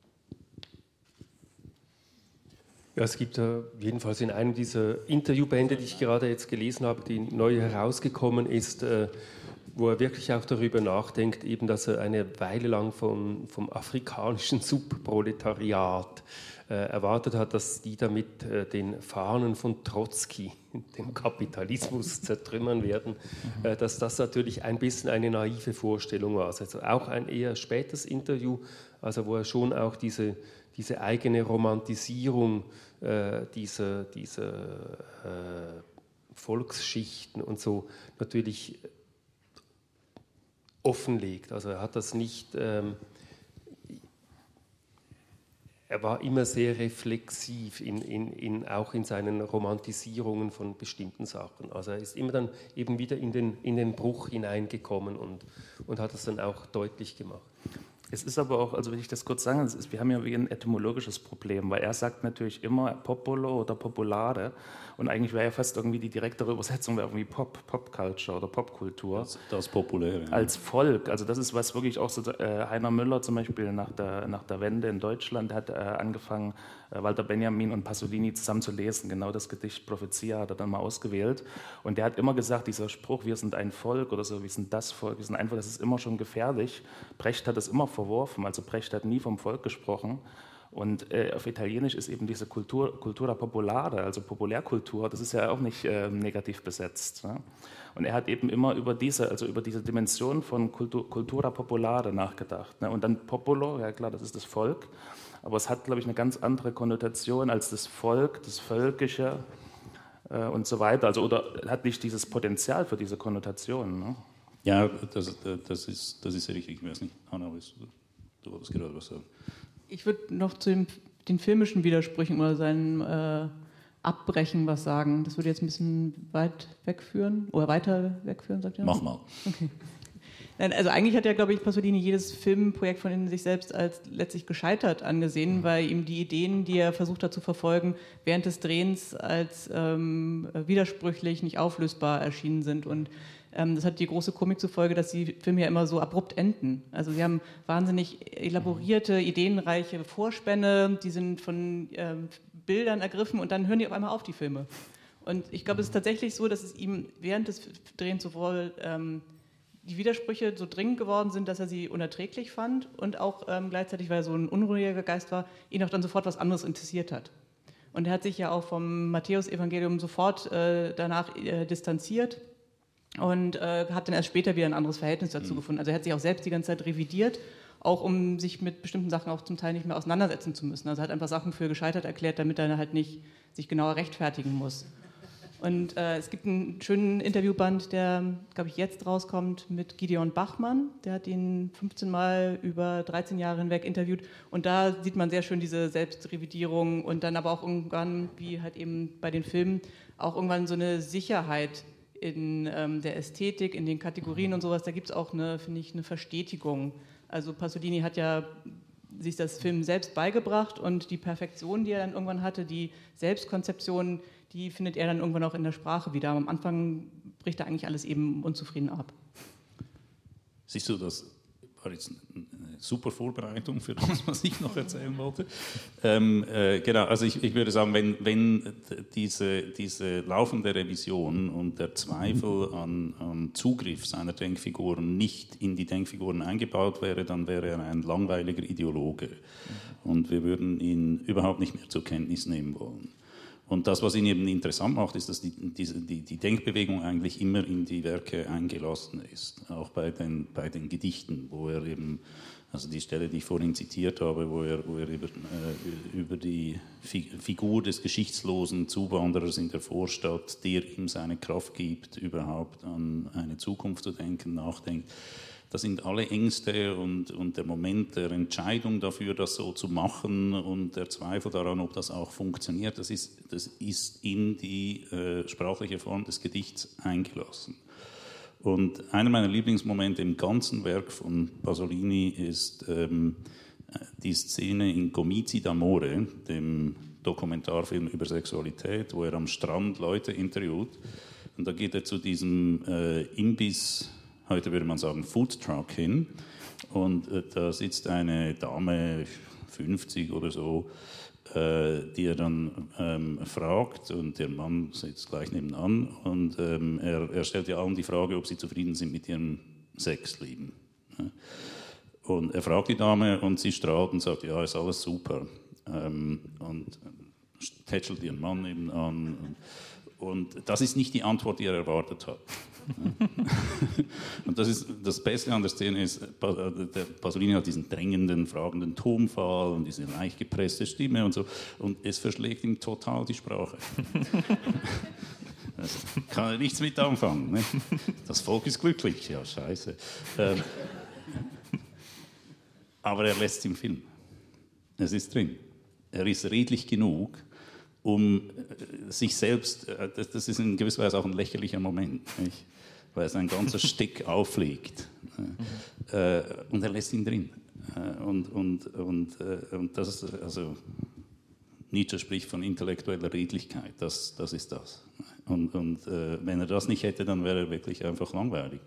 Ja, es gibt äh, jedenfalls in einem dieser Interviewbände, die ich gerade jetzt gelesen habe, die neu herausgekommen ist, äh, wo er wirklich auch darüber nachdenkt, eben, dass er eine Weile lang vom, vom afrikanischen Subproletariat äh, erwartet hat, dass die damit äh, den Fahnen von Trotzki, dem Kapitalismus, zertrümmern werden, äh, dass das natürlich ein bisschen eine naive Vorstellung war. Also auch ein eher spätes Interview, also wo er schon auch diese, diese eigene Romantisierung äh, dieser, dieser äh, Volksschichten und so natürlich offenlegt. Also er hat das nicht... Ähm, Er war immer sehr reflexiv, in, in, in, auch in seinen Romantisierungen von bestimmten Sachen. Also er ist immer dann eben wieder in den, in den Bruch hineingekommen und, und hat es dann auch deutlich gemacht. Es ist aber auch, also wenn ich das kurz sage, es ist, wir haben ja wie ein etymologisches Problem, weil er sagt natürlich immer Popolo oder Populare und eigentlich wäre ja fast irgendwie die direktere Übersetzung wäre irgendwie Pop, Popculture oder Popkultur. Das, das Populäre. Ja. Als Volk, also das ist was wirklich auch so, äh, Heiner Müller zum Beispiel nach der, nach der Wende in Deutschland hat äh, angefangen, äh, Walter Benjamin und Pasolini zusammen zu lesen, genau das Gedicht Prophezia hat er dann mal ausgewählt und der hat immer gesagt, dieser Spruch, wir sind ein Volk oder so, wir sind das Volk, wir sind einfach, das ist immer schon gefährlich. Brecht hat das immer verworfen, also Brecht hat nie vom Volk gesprochen und äh, auf Italienisch ist eben diese Kultur, Cultura Popolare, also Populärkultur, das ist ja auch nicht äh, negativ besetzt. Ne? Und er hat eben immer über diese, also über diese Dimension von Kultur, Cultura Popolare nachgedacht. Ne? Und dann Popolo, ja klar, das ist das Volk, aber es hat, glaube ich, eine ganz andere Konnotation als das Volk, das Völkische äh, und so weiter, also oder hat nicht dieses Potenzial für diese Konnotation. Ne? Ja, das, das, ist, das ist richtig. Ich weiß nicht, Hanna, du wolltest gerade was sagen. Ich würde noch zu dem, den filmischen Widersprüchen oder seinem äh, Abbrechen was sagen. Das würde jetzt ein bisschen weit wegführen oder weiter wegführen, sagt ihr? Mach mal. Okay. Nein, also eigentlich hat ja, glaube ich, Pasolini jedes Filmprojekt von innen sich selbst als letztlich gescheitert angesehen, mhm. weil ihm die Ideen, die er versucht hat zu verfolgen, während des Drehens als ähm, widersprüchlich, nicht auflösbar erschienen sind. Und ähm, das hat die große Komik zur Folge, dass die Filme ja immer so abrupt enden. Also sie haben wahnsinnig elaborierte, ideenreiche Vorspänne, die sind von ähm, Bildern ergriffen und dann hören die auf einmal auf, die Filme. Und ich glaube, es ist tatsächlich so, dass es ihm während des Drehens sowohl ähm, die Widersprüche so dringend geworden sind, dass er sie unerträglich fand und auch ähm, gleichzeitig, weil er so ein unruhiger Geist war, ihn auch dann sofort was anderes interessiert hat. Und er hat sich ja auch vom Matthäus-Evangelium sofort äh, danach äh, distanziert und äh, hat dann erst später wieder ein anderes Verhältnis dazu mhm. gefunden. Also er hat sich auch selbst die ganze Zeit revidiert, auch um sich mit bestimmten Sachen auch zum Teil nicht mehr auseinandersetzen zu müssen. Also er hat einfach Sachen für gescheitert erklärt, damit er halt nicht sich genauer rechtfertigen muss. Und äh, es gibt einen schönen Interviewband, der, glaube ich, jetzt rauskommt mit Gideon Bachmann. Der hat ihn fünfzehn Mal über dreizehn Jahre hinweg interviewt. Und da sieht man sehr schön diese Selbstrevidierung und dann aber auch irgendwann, wie halt eben bei den Filmen, auch irgendwann so eine Sicherheit in ähm, der Ästhetik, in den Kategorien und sowas. Da gibt es auch, eine, finde ich, eine Verstetigung. Also Pasolini hat ja sich das Film selbst beigebracht und die Perfektion, die er dann irgendwann hatte, die Selbstkonzeption, die findet er dann irgendwann auch in der Sprache wieder. Am Anfang bricht er eigentlich alles eben unzufrieden ab. Siehst du, das war jetzt eine super Vorbereitung für das, was ich noch erzählen wollte. ähm, äh, genau, also ich, ich würde sagen, wenn, wenn diese, diese laufende Revision und der Zweifel an, an Zugriff seiner Denkfiguren nicht in die Denkfiguren eingebaut wäre, dann wäre er ein langweiliger Ideologe. Und wir würden ihn überhaupt nicht mehr zur Kenntnis nehmen wollen. Und das, was ihn eben interessant macht, ist, dass die, diese, die, die Denkbewegung eigentlich immer in die Werke eingelassen ist, auch bei den, bei den Gedichten, wo er eben, also die Stelle, die ich vorhin zitiert habe, wo er, wo er über, äh, über die Figur des geschichtslosen Zuwanderers in der Vorstadt, der ihm seine Kraft gibt, überhaupt an eine Zukunft zu denken, nachdenkt. Das sind alle Ängste und, und der Moment der Entscheidung dafür, das so zu machen und der Zweifel daran, ob das auch funktioniert, das ist, das ist in die äh, sprachliche Form des Gedichts eingelassen. Und einer meiner Lieblingsmomente im ganzen Werk von Pasolini ist ähm, die Szene in Comizi d'Amore, dem Dokumentarfilm über Sexualität, wo er am Strand Leute interviewt. Und da geht er zu diesem äh, Imbiss, heute würde man sagen Food Truck hin, und äh, da sitzt eine Dame, fünfzig oder so, äh, die er dann ähm, fragt, und der Mann sitzt gleich nebenan, und ähm, er, er stellt ja allen die Frage, ob sie zufrieden sind mit ihrem Sexleben. Ja. Und er fragt die Dame und sie strahlt und sagt, ja, ist alles super. Ähm, und tätschelt ihren Mann nebenan. Und, und das ist nicht die Antwort, die er erwartet hat. Und das ist das Beste an der Szene ist, der Pasolini hat diesen drängenden, fragenden Tonfall und diese leicht gepresste Stimme und so, und es verschlägt ihm total die Sprache. Also, kann er nichts mit anfangen. Ne? Das Volk ist glücklich, ja scheiße. Ähm, aber er lässt es im Film. Es ist drin. Er ist redlich genug, um sich selbst, das ist in gewisser Weise auch ein lächerlicher Moment, nicht? Weil es ein ganzer Stick auflegt. Mhm. Und er lässt ihn drin. Und, und, und, äh, und das ist, also Nietzsche spricht von intellektueller Redlichkeit, das, das ist das. Und, und äh, wenn er das nicht hätte, dann wäre er wirklich einfach langweilig.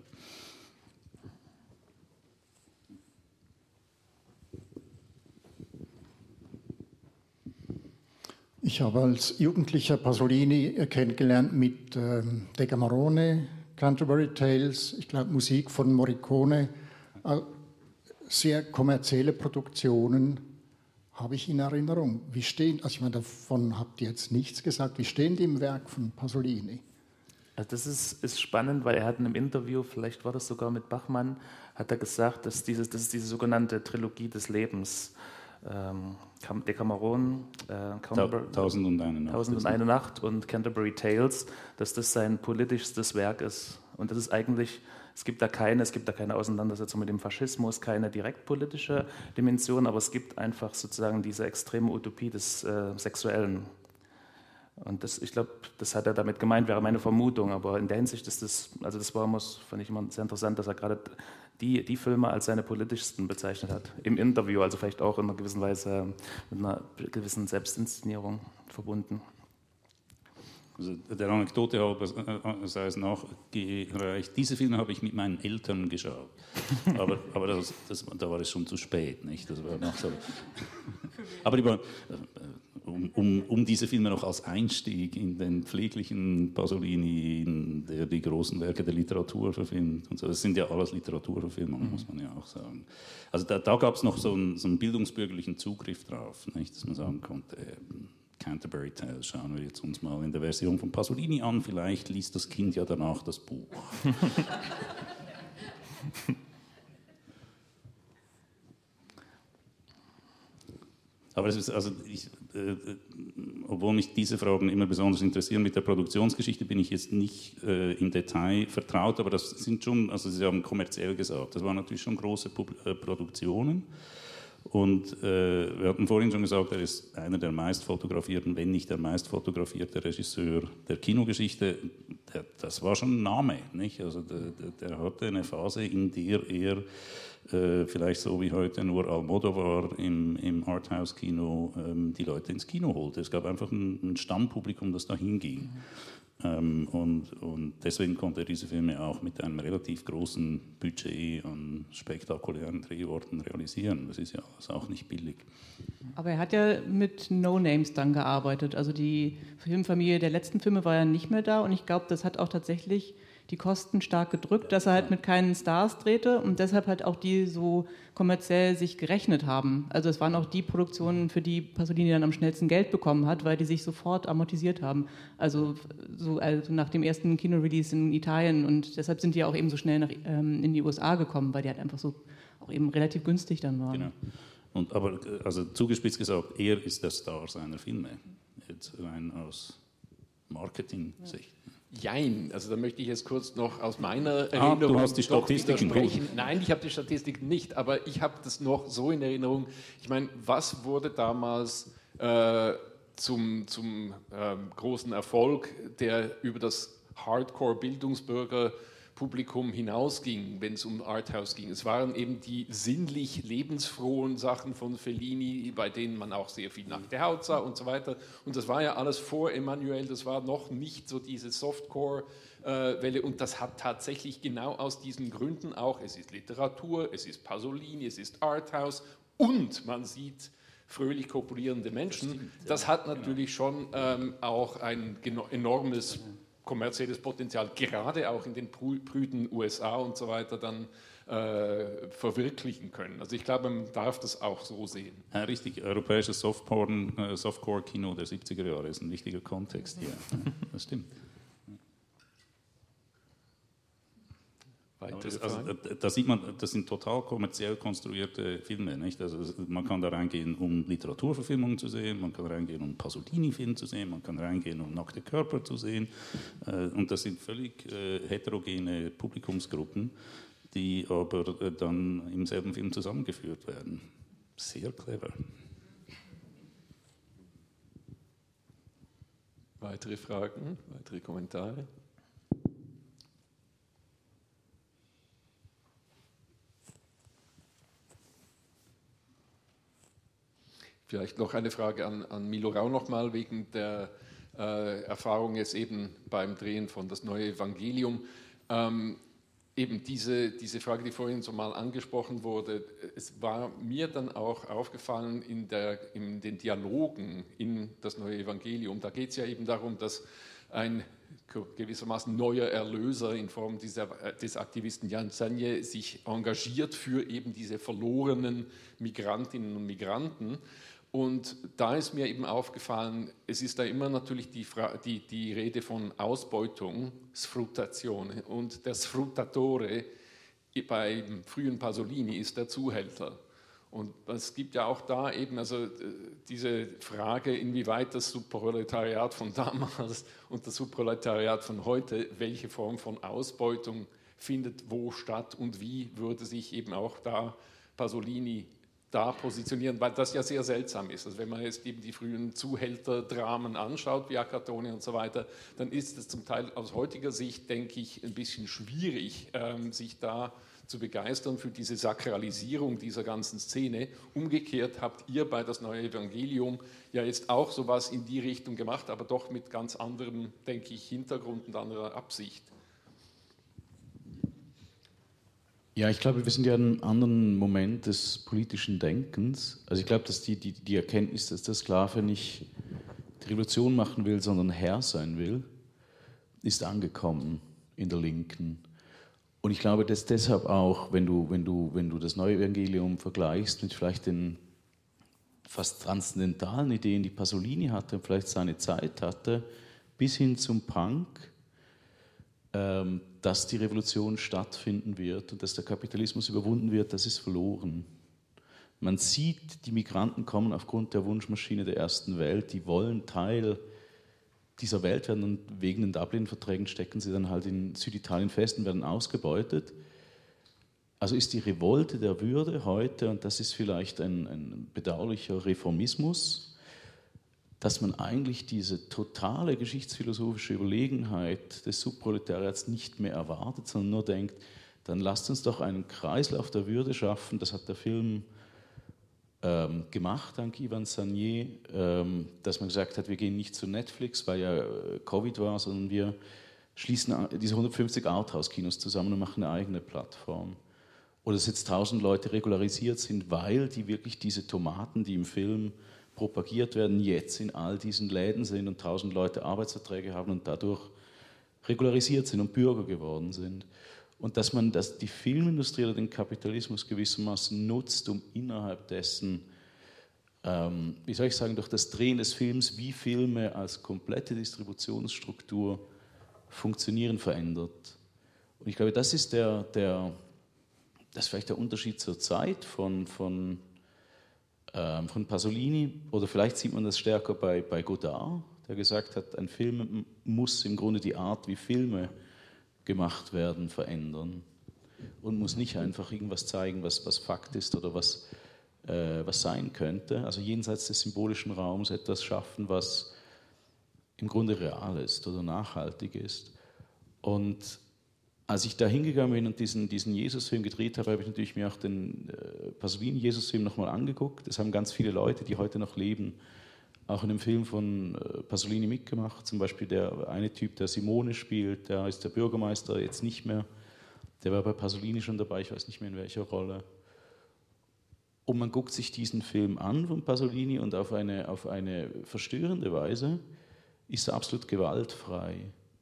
Ich habe als Jugendlicher Pasolini kennengelernt mit ähm, Decamerone, Canterbury Tales, ich glaube Musik von Morricone, äh, sehr kommerzielle Produktionen habe ich in Erinnerung. Wie stehen, also ich meine, davon habt ihr jetzt nichts gesagt, wie stehen die im Werk von Pasolini? Also das ist, ist spannend, weil er hat in einem Interview, vielleicht war das sogar mit Bachmann, hat er gesagt, dass dieses, das ist diese sogenannte Trilogie des Lebens, ähm, Decameron, äh, Tausend und eine Nacht. Tausend und eine Nacht und Canterbury Tales, dass das sein politischstes Werk ist. Und das ist eigentlich, es gibt da keine, es gibt da keine Auseinandersetzung mit dem Faschismus, keine direkt politische Dimension, aber es gibt einfach sozusagen diese extreme Utopie des äh, Sexuellen. Und das, ich glaube, das hat er damit gemeint, wäre meine Vermutung. Aber in der Hinsicht ist das, also das war, muss, fand ich immer sehr interessant, dass er gerade die, die Filme als seine politischsten bezeichnet hat. Im Interview, also vielleicht auch in einer gewissen Weise mit einer gewissen Selbstinszenierung verbunden. Also der Anekdote halber sei es nachgereicht, diese Filme habe ich mit meinen Eltern geschaut. Aber, aber das, das, da war es schon zu spät. Nicht? Das war noch so. Aber über, um, um, um diese Filme noch als Einstieg in den pfleglichen Pasolini, in der die großen Werke der Literatur verfilmt. Und so. Das sind ja alles Literaturverfilmungen, muss man ja auch sagen. Also da, da gab es noch so einen, so einen bildungsbürgerlichen Zugriff drauf, nicht? Dass man sagen konnte, Canterbury Tales schauen wir jetzt uns mal in der Version von Pasolini an, vielleicht liest das Kind ja danach das Buch. Aber es ist, also ich, äh, obwohl mich diese Fragen immer besonders interessieren, mit der Produktionsgeschichte bin ich jetzt nicht äh, im Detail vertraut, aber das sind schon, also Sie haben kommerziell gesagt, das waren natürlich schon große Pub- äh, Produktionen. Und äh, wir hatten vorhin schon gesagt, er ist einer der meistfotografierten, wenn nicht der meistfotografierte Regisseur der Kinogeschichte. Der, das war schon ein Name, nicht? Also der, der, der hatte eine Phase, in der er äh, vielleicht so wie heute nur Almodovar im, im Arthouse-Kino ähm, die Leute ins Kino holte. Es gab einfach ein, ein Stammpublikum, das dahin ging. Mhm. Ähm, und, und deswegen konnte er diese Filme auch mit einem relativ großen Budget an spektakulären Drehorten realisieren. Das ist ja alles auch nicht billig. Aber er hat ja mit No-Names dann gearbeitet. Also die Filmfamilie der letzten Filme war ja nicht mehr da und ich glaube, das hat auch tatsächlich die Kosten stark gedrückt, dass er halt mit keinen Stars drehte und deshalb halt auch die so kommerziell sich gerechnet haben. Also es waren auch die Produktionen, für die Pasolini dann am schnellsten Geld bekommen hat, weil die sich sofort amortisiert haben. Also so also nach dem ersten Kino-Release in Italien und deshalb sind die auch eben so schnell nach, ähm, in die U S A gekommen, weil die halt einfach so auch eben relativ günstig dann waren. Genau. Und, aber also zugespitzt gesagt, er ist der Star seiner Filme, jetzt rein aus Marketing-Sicht. Jein, also da möchte ich jetzt kurz noch aus meiner ah, Erinnerung du hast die Statistiken sprechen. Nein, ich habe die Statistiken nicht, aber ich habe das noch so in Erinnerung. Ich meine, was wurde damals äh, zum, zum äh, großen Erfolg, der über das Hardcore-Bildungsbürger-Publikum hinausging, wenn es um Arthouse ging? Es waren eben die sinnlich lebensfrohen Sachen von Fellini, bei denen man auch sehr viel nackte Haut sah und so weiter. Und das war ja alles vor Emanuel, das war noch nicht so diese Softcore-Welle. Und das hat tatsächlich genau aus diesen Gründen auch, es ist Literatur, es ist Pasolini, es ist Arthouse und man sieht fröhlich kopulierende Menschen. Das, stimmt, ja. Das hat natürlich schon ähm, auch ein enormes kommerzielles Potenzial, gerade auch in den prüden U S A und so weiter, dann äh, verwirklichen können. Also ich glaube, man darf das auch so sehen. Ja, richtig, europäisches Softporn, äh, Softcore-Kino der siebziger Jahre ist ein wichtiger Kontext hier. Ja, das stimmt. Das, also, da sieht man, das sind total kommerziell konstruierte Filme. Nicht? Also, man kann da reingehen, um Literaturverfilmungen zu sehen, man kann reingehen, um Pasolini-Film zu sehen, man kann reingehen, um nackte Körper zu sehen. Und das sind völlig äh, heterogene Publikumsgruppen, die aber äh, dann im selben Film zusammengeführt werden. Sehr clever. Weitere Fragen, weitere Kommentare? Vielleicht noch eine Frage an, an Milo Rau nochmal wegen der äh, Erfahrung jetzt eben beim Drehen von Das neue Evangelium. Ähm, eben diese, diese Frage, die vorhin so mal angesprochen wurde, es war mir dann auch aufgefallen in, der, in den Dialogen in Das neue Evangelium. Da geht es ja eben darum, dass ein gewissermaßen neuer Erlöser in Form dieser, des Aktivisten Jan Zanje sich engagiert für eben diese verlorenen Migrantinnen und Migranten. Und da ist mir eben aufgefallen, es ist da immer natürlich die, Fra- die, die Rede von Ausbeutung, Sfruttazione, und der Sfruttatore beim frühen Pasolini ist der Zuhälter. Und es gibt ja auch da eben also diese Frage, inwieweit das Subproletariat von damals und das Subproletariat von heute, welche Form von Ausbeutung findet wo statt und wie würde sich eben auch da Pasolini da positionieren, weil das ja sehr seltsam ist. Also wenn man jetzt eben die frühen Zuhälterdramen anschaut, wie Acatone und so weiter, dann ist es zum Teil aus heutiger Sicht, denke ich, ein bisschen schwierig, ähm, sich da zu begeistern für diese Sakralisierung dieser ganzen Szene. Umgekehrt habt ihr bei Das neue Evangelium ja jetzt auch sowas in die Richtung gemacht, aber doch mit ganz anderem, denke ich, Hintergrund und anderer Absicht. Ja, ich glaube, wir sind ja in einem anderen Moment des politischen Denkens. Also ich glaube, dass die, die, die Erkenntnis, dass der Sklave nicht die Revolution machen will, sondern Herr sein will, ist angekommen in der Linken. Und ich glaube, dass deshalb auch, wenn du, wenn du, wenn du das neue Evangelium vergleichst mit vielleicht den fast transzendentalen Ideen, die Pasolini hatte und vielleicht seine Zeit hatte, bis hin zum Punk, ähm, dass die Revolution stattfinden wird und dass der Kapitalismus überwunden wird, das ist verloren. Man sieht, die Migranten kommen aufgrund der Wunschmaschine der ersten Welt, die wollen Teil dieser Welt werden und wegen den Dublin-Verträgen stecken sie dann halt in Süditalien fest und werden ausgebeutet. Also ist die Revolte der Würde heute, und das ist vielleicht ein, ein bedauerlicher Reformismus, dass man eigentlich diese totale geschichtsphilosophische Überlegenheit des Subproletariats nicht mehr erwartet, sondern nur denkt, dann lasst uns doch einen Kreislauf der Würde schaffen. Das hat der Film ähm, gemacht, dank Ivan Sagnier, ähm, dass man gesagt hat, wir gehen nicht zu Netflix, weil ja äh, Covid war, sondern wir schließen diese hundertfünfzig Arthouse-Kinos zusammen und machen eine eigene Plattform. Oder dass jetzt tausend Leute regularisiert sind, weil die wirklich diese Tomaten, die im Film propagiert werden, jetzt in all diesen Läden sind und tausend Leute Arbeitsverträge haben und dadurch regularisiert sind und Bürger geworden sind. Und dass man dass die Filmindustrie oder den Kapitalismus gewissermaßen nutzt, um innerhalb dessen, ähm, wie soll ich sagen, durch das Drehen des Films, wie Filme als komplette Distributionsstruktur funktionieren, verändert. Und ich glaube, das ist der, der das ist vielleicht der Unterschied zur Zeit von, von von Pasolini, oder vielleicht sieht man das stärker bei, bei Godard, der gesagt hat, ein Film muss im Grunde die Art, wie Filme gemacht werden, verändern und muss nicht einfach irgendwas zeigen, was, was Fakt ist oder was, äh, was sein könnte. Also jenseits des symbolischen Raums etwas schaffen, was im Grunde real ist oder nachhaltig ist. Und als ich da hingegangen bin und diesen, diesen Jesus-Film gedreht habe, habe ich natürlich mir auch den äh, Pasolini-Jesus-Film nochmal angeguckt. Das haben ganz viele Leute, die heute noch leben, auch in dem Film von äh, Pasolini mitgemacht. Zum Beispiel der eine Typ, der Simone spielt, der ist der Bürgermeister, jetzt nicht mehr. Der war bei Pasolini schon dabei, ich weiß nicht mehr in welcher Rolle. Und man guckt sich diesen Film an von Pasolini und auf eine, auf eine verstörende Weise ist er absolut gewaltfrei.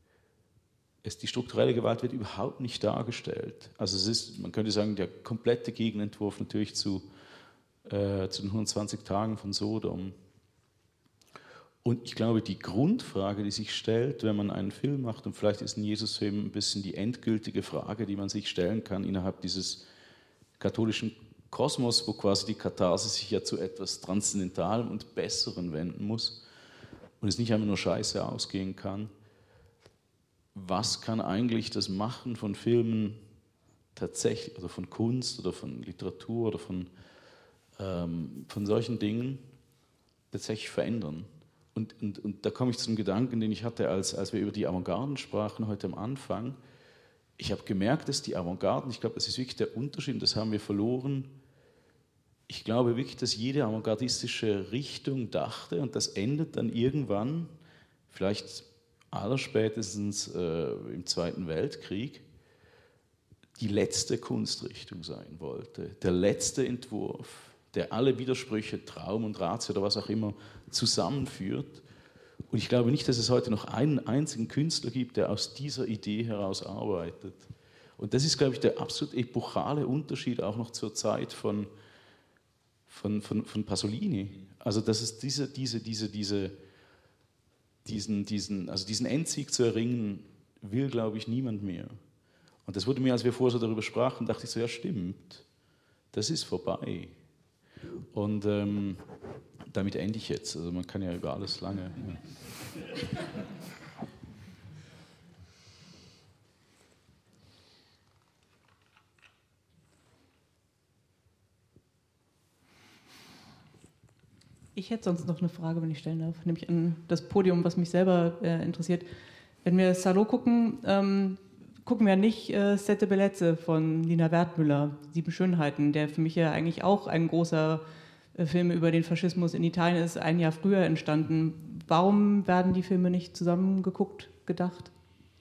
Es, die strukturelle Gewalt wird überhaupt nicht dargestellt. Also es ist, man könnte sagen, der komplette Gegenentwurf natürlich zu, äh, zu den hundertzwanzig Tagen von Sodom. Und ich glaube, die Grundfrage, die sich stellt, wenn man einen Film macht, und vielleicht ist ein Jesus-Film ein bisschen die endgültige Frage, die man sich stellen kann innerhalb dieses katholischen Kosmos, wo quasi die Katharsis sich ja zu etwas Transzendentalem und Besserem wenden muss und es nicht einfach nur scheiße ausgehen kann. Was kann eigentlich das Machen von Filmen tatsächlich, oder von Kunst oder von Literatur oder von, ähm, von solchen Dingen tatsächlich verändern? Und, und, und da komme ich zu dem Gedanken, den ich hatte, als, als wir über die Avantgarden sprachen heute am Anfang. Ich habe gemerkt, dass die Avantgarden, ich glaube, das ist wirklich der Unterschied, das haben wir verloren, ich glaube wirklich, dass jede avantgardistische Richtung dachte, und das endet dann irgendwann, vielleicht allerspätestens äh, im Zweiten Weltkrieg, die letzte Kunstrichtung sein wollte, der letzte Entwurf, der alle Widersprüche, Traum und Ratio oder was auch immer zusammenführt. Und ich glaube nicht, dass es heute noch einen einzigen Künstler gibt, der aus dieser Idee heraus arbeitet. Und das ist, glaube ich, der absolut epochale Unterschied auch noch zur Zeit von, von, von, von Pasolini. Also dass es diese, diese, diese, diese, diesen, diesen, also diesen Endsieg zu erringen, will, glaube ich, niemand mehr. Und das wurde mir, als wir vorher so darüber sprachen, dachte ich so, ja stimmt, das ist vorbei. Und ähm, damit ende ich jetzt. Also man kann ja über alles lange... Ja. Ich hätte sonst noch eine Frage, wenn ich stellen darf, nämlich an das Podium, was mich selber äh, interessiert. Wenn wir Salò gucken, ähm, gucken wir nicht äh, Sette Bellezze von Lina Wertmüller, Sieben Schönheiten, der für mich ja eigentlich auch ein großer äh, Film über den Faschismus in Italien ist, ein Jahr früher entstanden. Warum werden die Filme nicht zusammengeguckt, gedacht?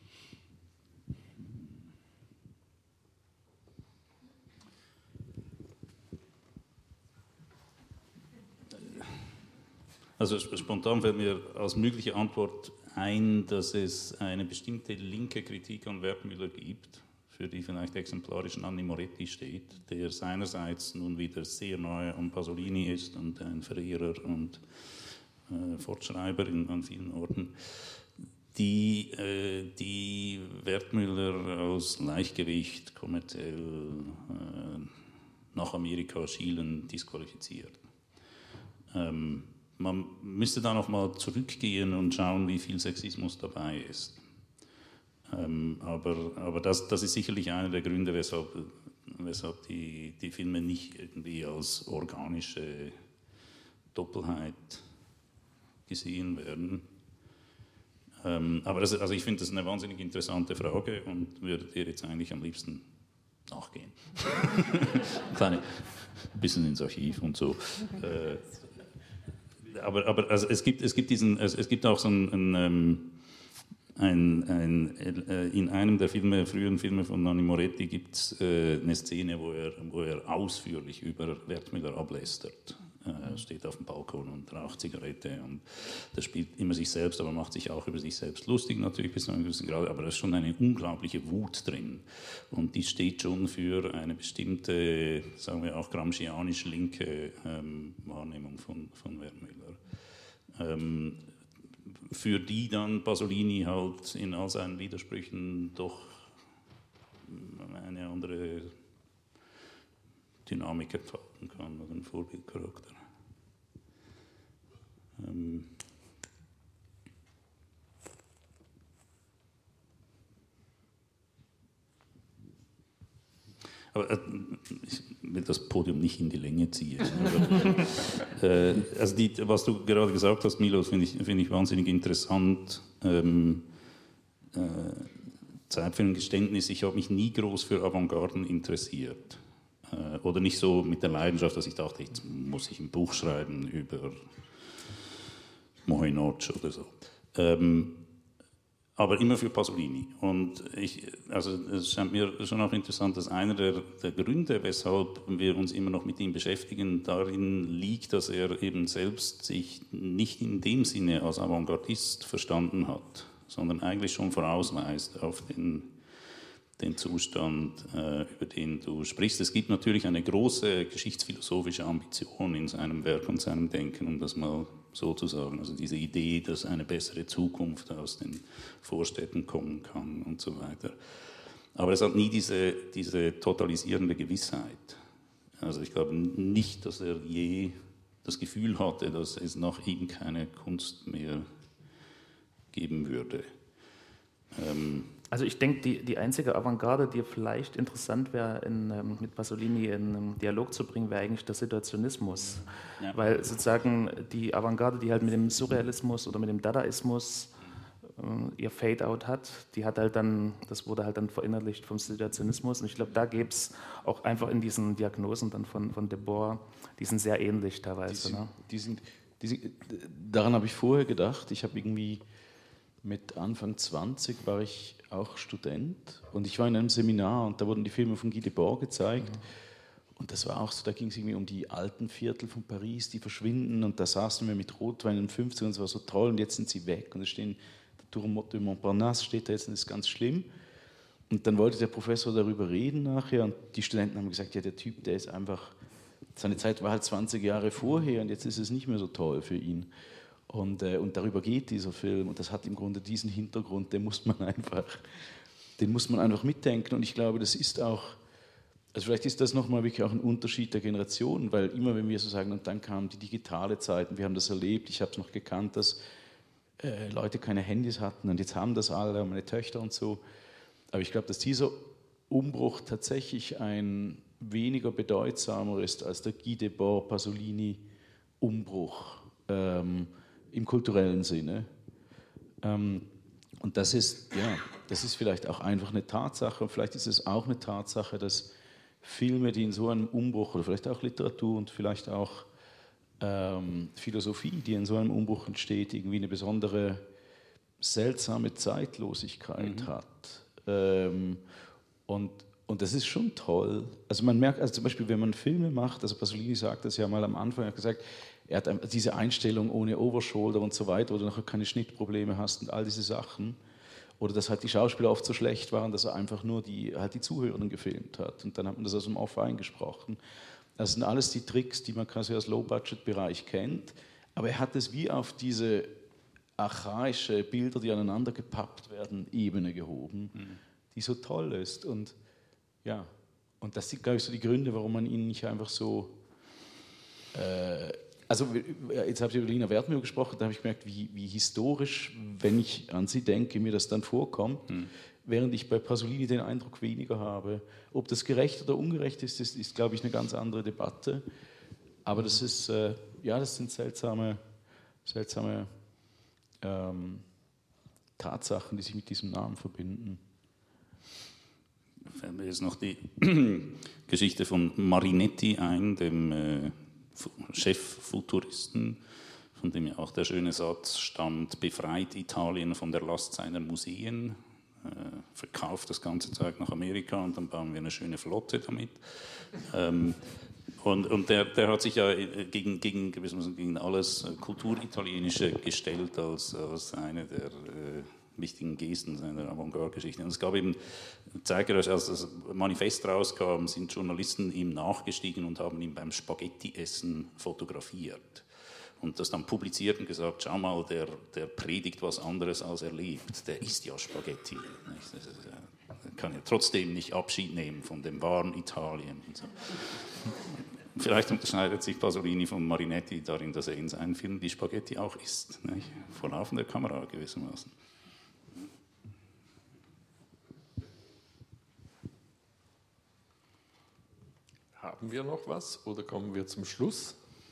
Also spontan fällt mir als mögliche Antwort ein, dass es eine bestimmte linke Kritik an Wertmüller gibt, für die vielleicht exemplarisch Nanni Moretti steht, der seinerseits nun wieder sehr nahe an Pasolini ist und ein Verehrer und äh, Fortschreiber in, an vielen Orten, die, äh, die Wertmüller aus Leichtgewicht, kommerziell äh, nach Amerika schielen, disqualifiziert. Ähm, Man müsste da noch mal zurückgehen und schauen, wie viel Sexismus dabei ist. Ähm, aber aber das, das ist sicherlich einer der Gründe, weshalb, weshalb die, die Filme nicht irgendwie als organische Doppelheit gesehen werden. Ähm, aber das, also ich finde das eine wahnsinnig interessante Frage und würde dir jetzt eigentlich am liebsten nachgehen. Kleine, ein bisschen ins Archiv und so. Äh, Aber, aber also es, gibt, es, gibt diesen, es, es gibt auch so ein, ein, ein, ein, in einem der Filme, frühen Filme von Nanni Moretti gibt es äh, eine Szene, wo er, wo er ausführlich über Wertmüller ablästert. Er steht auf dem Balkon und raucht Zigarette und der spielt immer sich selbst, aber macht sich auch über sich selbst lustig natürlich bis zu einem gewissen Grad, aber da ist schon eine unglaubliche Wut drin und die steht schon für eine bestimmte, sagen wir auch gramscianisch-linke ähm, Wahrnehmung von, von Wertmüller. Ähm, für die dann Pasolini halt in all seinen Widersprüchen doch eine andere Dynamik entfalten kann oder einen Vorbildcharakter. Ähm Aber äh, ich will das Podium nicht in die Länge ziehen. Aber, äh, also die, was du gerade gesagt hast, Milos, finde ich, find ich wahnsinnig interessant. Ähm, äh, Zeit für ein Geständnis, ich habe mich nie groß für Avantgarden interessiert. Äh, oder nicht so mit der Leidenschaft, dass ich dachte, jetzt muss ich ein Buch schreiben über Mohenotsch oder so. Ähm, aber immer für Pasolini. Und ich, also es scheint mir schon auch interessant, dass einer der, der Gründe, weshalb wir uns immer noch mit ihm beschäftigen, darin liegt, dass er eben selbst sich nicht in dem Sinne als Avantgardist verstanden hat, sondern eigentlich schon vorausweist auf den, den Zustand, äh, über den du sprichst. Es gibt natürlich eine große geschichtsphilosophische Ambition in seinem Werk und seinem Denken, um das mal so zu sagen. Also diese Idee, dass eine bessere Zukunft aus den Vorstädten kommen kann und so weiter. Aber es hat nie diese, diese totalisierende Gewissheit. Also ich glaube nicht, dass er je das Gefühl hatte, dass es nach ihm keine Kunst mehr geben würde. Ähm also ich denke, die, die einzige Avantgarde, die vielleicht interessant wäre, ähm, mit Pasolini in einen Dialog zu bringen, wäre eigentlich der Situationismus. Ja. Weil sozusagen die Avantgarde, die halt mit dem Surrealismus oder mit dem Dadaismus ihr Fade-out hat, die hat halt dann, das wurde halt dann verinnerlicht vom Situationismus. Und ich glaube, da gäbe es auch einfach in diesen Diagnosen dann von, von Debord, die sind sehr ähnlich teilweise. Die sind, ne? die sind, die sind, daran habe ich vorher gedacht. Ich habe irgendwie mit Anfang zwanzig war ich auch Student und ich war in einem Seminar und da wurden die Filme von Guy Debord gezeigt. Mhm. Und das war auch so, da ging es irgendwie um die alten Viertel von Paris, die verschwinden und da saßen wir mit Rotwein in den fünfzigern und es war so toll und jetzt sind sie weg und es stehen, der Tour de Montparnasse steht da jetzt und das ist ganz schlimm. Und dann wollte der Professor darüber reden nachher und die Studenten haben gesagt, ja, der Typ, der ist einfach, seine Zeit war halt zwanzig Jahre vorher und jetzt ist es nicht mehr so toll für ihn. Und, äh, und darüber geht dieser Film und das hat im Grunde diesen Hintergrund, den muss man einfach, den muss man einfach mitdenken und ich glaube, das ist auch, also vielleicht ist das nochmal wirklich auch ein Unterschied der Generationen, weil immer wenn wir so sagen, und dann kam die digitale Zeit und wir haben das erlebt, ich habe es noch gekannt, dass äh, Leute keine Handys hatten und jetzt haben das alle, meine Töchter und so, aber ich glaube, dass dieser Umbruch tatsächlich ein weniger bedeutsamer ist als der Guy Debord Pasolini Umbruch. Ähm, im kulturellen Sinne. Ähm, und das ist, ja, das ist vielleicht auch einfach eine Tatsache. Und vielleicht ist es auch eine Tatsache, dass Filme, die in so einem Umbruch, oder vielleicht auch Literatur und vielleicht auch ähm, Philosophie, die in so einem Umbruch entsteht, irgendwie eine besondere, seltsame Zeitlosigkeit mhm. hat. Ähm, und, und das ist schon toll. Also man merkt, also zum Beispiel, wenn man Filme macht, also Pasolini sagt das ja mal am Anfang, er hat gesagt, er hat diese Einstellung ohne Overshoulder und so weiter, wo du nachher keine Schnittprobleme hast und all diese Sachen. Oder dass halt die Schauspieler oft so schlecht waren, dass er einfach nur die, halt die Zuhörenden gefilmt hat. Und dann hat man das aus dem Off eingesprochen. Das sind alles die Tricks, die man quasi aus Low-Budget-Bereich kennt. Aber er hat es wie auf diese archaische Bilder, die aneinander gepappt werden, Ebene gehoben, mhm. die so toll ist. Und ja, und das sind, glaube ich, so die Gründe, warum man ihn nicht einfach so... Äh, Also jetzt habe ich über Lina Wertmüller gesprochen, da habe ich gemerkt, wie, wie historisch, wenn ich an sie denke, mir das dann vorkommt, hm. während ich bei Pasolini den Eindruck weniger habe. Ob das gerecht oder ungerecht ist, ist, ist glaube ich, eine ganz andere Debatte. Aber das ist, äh, ja, das sind seltsame, seltsame ähm, Tatsachen, die sich mit diesem Namen verbinden. Fällt mir jetzt noch die Geschichte von Marinetti ein, dem äh Chef-Futuristen, von dem ja auch der schöne Satz stammt, befreit Italien von der Last seiner Museen, äh, verkauft das ganze Zeug nach Amerika und dann bauen wir eine schöne Flotte damit. ähm, und und der, der hat sich ja gegen, gegen, gegen alles Kulturitalienische gestellt als, als eine der äh, wichtigen Gesten seiner Avantgarde-Geschichte. Und es gab eben zeitgleich, als das Manifest rauskam, sind Journalisten ihm nachgestiegen und haben ihn beim Spaghetti-Essen fotografiert. Und das dann publiziert und gesagt, schau mal, der, der predigt was anderes, als er lebt. Der isst ja Spaghetti. Nicht? Das ist, er kann ja trotzdem nicht Abschied nehmen von dem wahren Italien. Und so. Vielleicht unterscheidet sich Pasolini von Marinetti darin, dass er in seinen Filmen die Spaghetti auch isst. Nicht? Vor laufender Kamera gewissermaßen. Haben wir noch was oder kommen wir zum Schluss?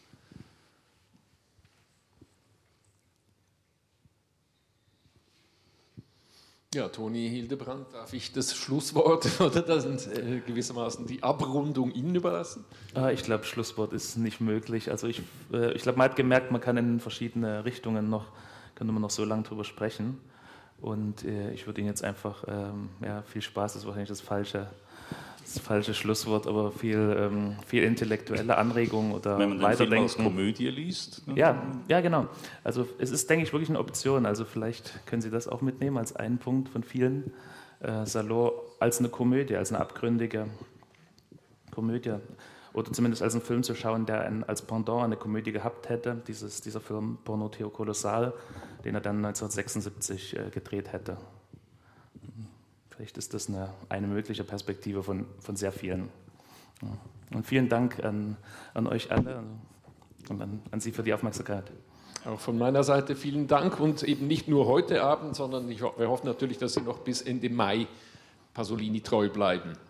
Ja, Toni Hildebrand, darf ich das Schlusswort oder das äh, gewissermaßen die Abrundung Ihnen überlassen? Ah, ich glaube, Schlusswort ist nicht möglich. Also ich, äh, ich glaube, man hat gemerkt, man kann in verschiedene Richtungen noch, kann man noch so lange drüber sprechen. Und äh, ich würde Ihnen jetzt einfach, ähm, ja, viel Spaß, das ist wahrscheinlich das falsche Das falsche Schlusswort, aber viel, ähm, viel intellektuelle Anregung oder Wenn man den Film als Komödie liest? Ne? Ja, ja, genau. Also es ist, denke ich, wirklich eine Option. Also vielleicht können Sie das auch mitnehmen als einen Punkt von vielen. Äh, Salò als eine Komödie, als eine abgründige Komödie. Oder zumindest als einen Film zu schauen, der ein, als Pendant eine Komödie gehabt hätte. Dieses, dieser Film Prometeo Kolossal, den er dann neunzehnhundertsechsundsiebzig äh, gedreht hätte. Vielleicht ist das eine, eine mögliche Perspektive von, von sehr vielen. Und vielen Dank an, an euch alle und an, an Sie für die Aufmerksamkeit. Auch von meiner Seite vielen Dank und eben nicht nur heute Abend, sondern ich, wir hoffen natürlich, dass Sie noch bis Ende Mai Pasolini treu bleiben.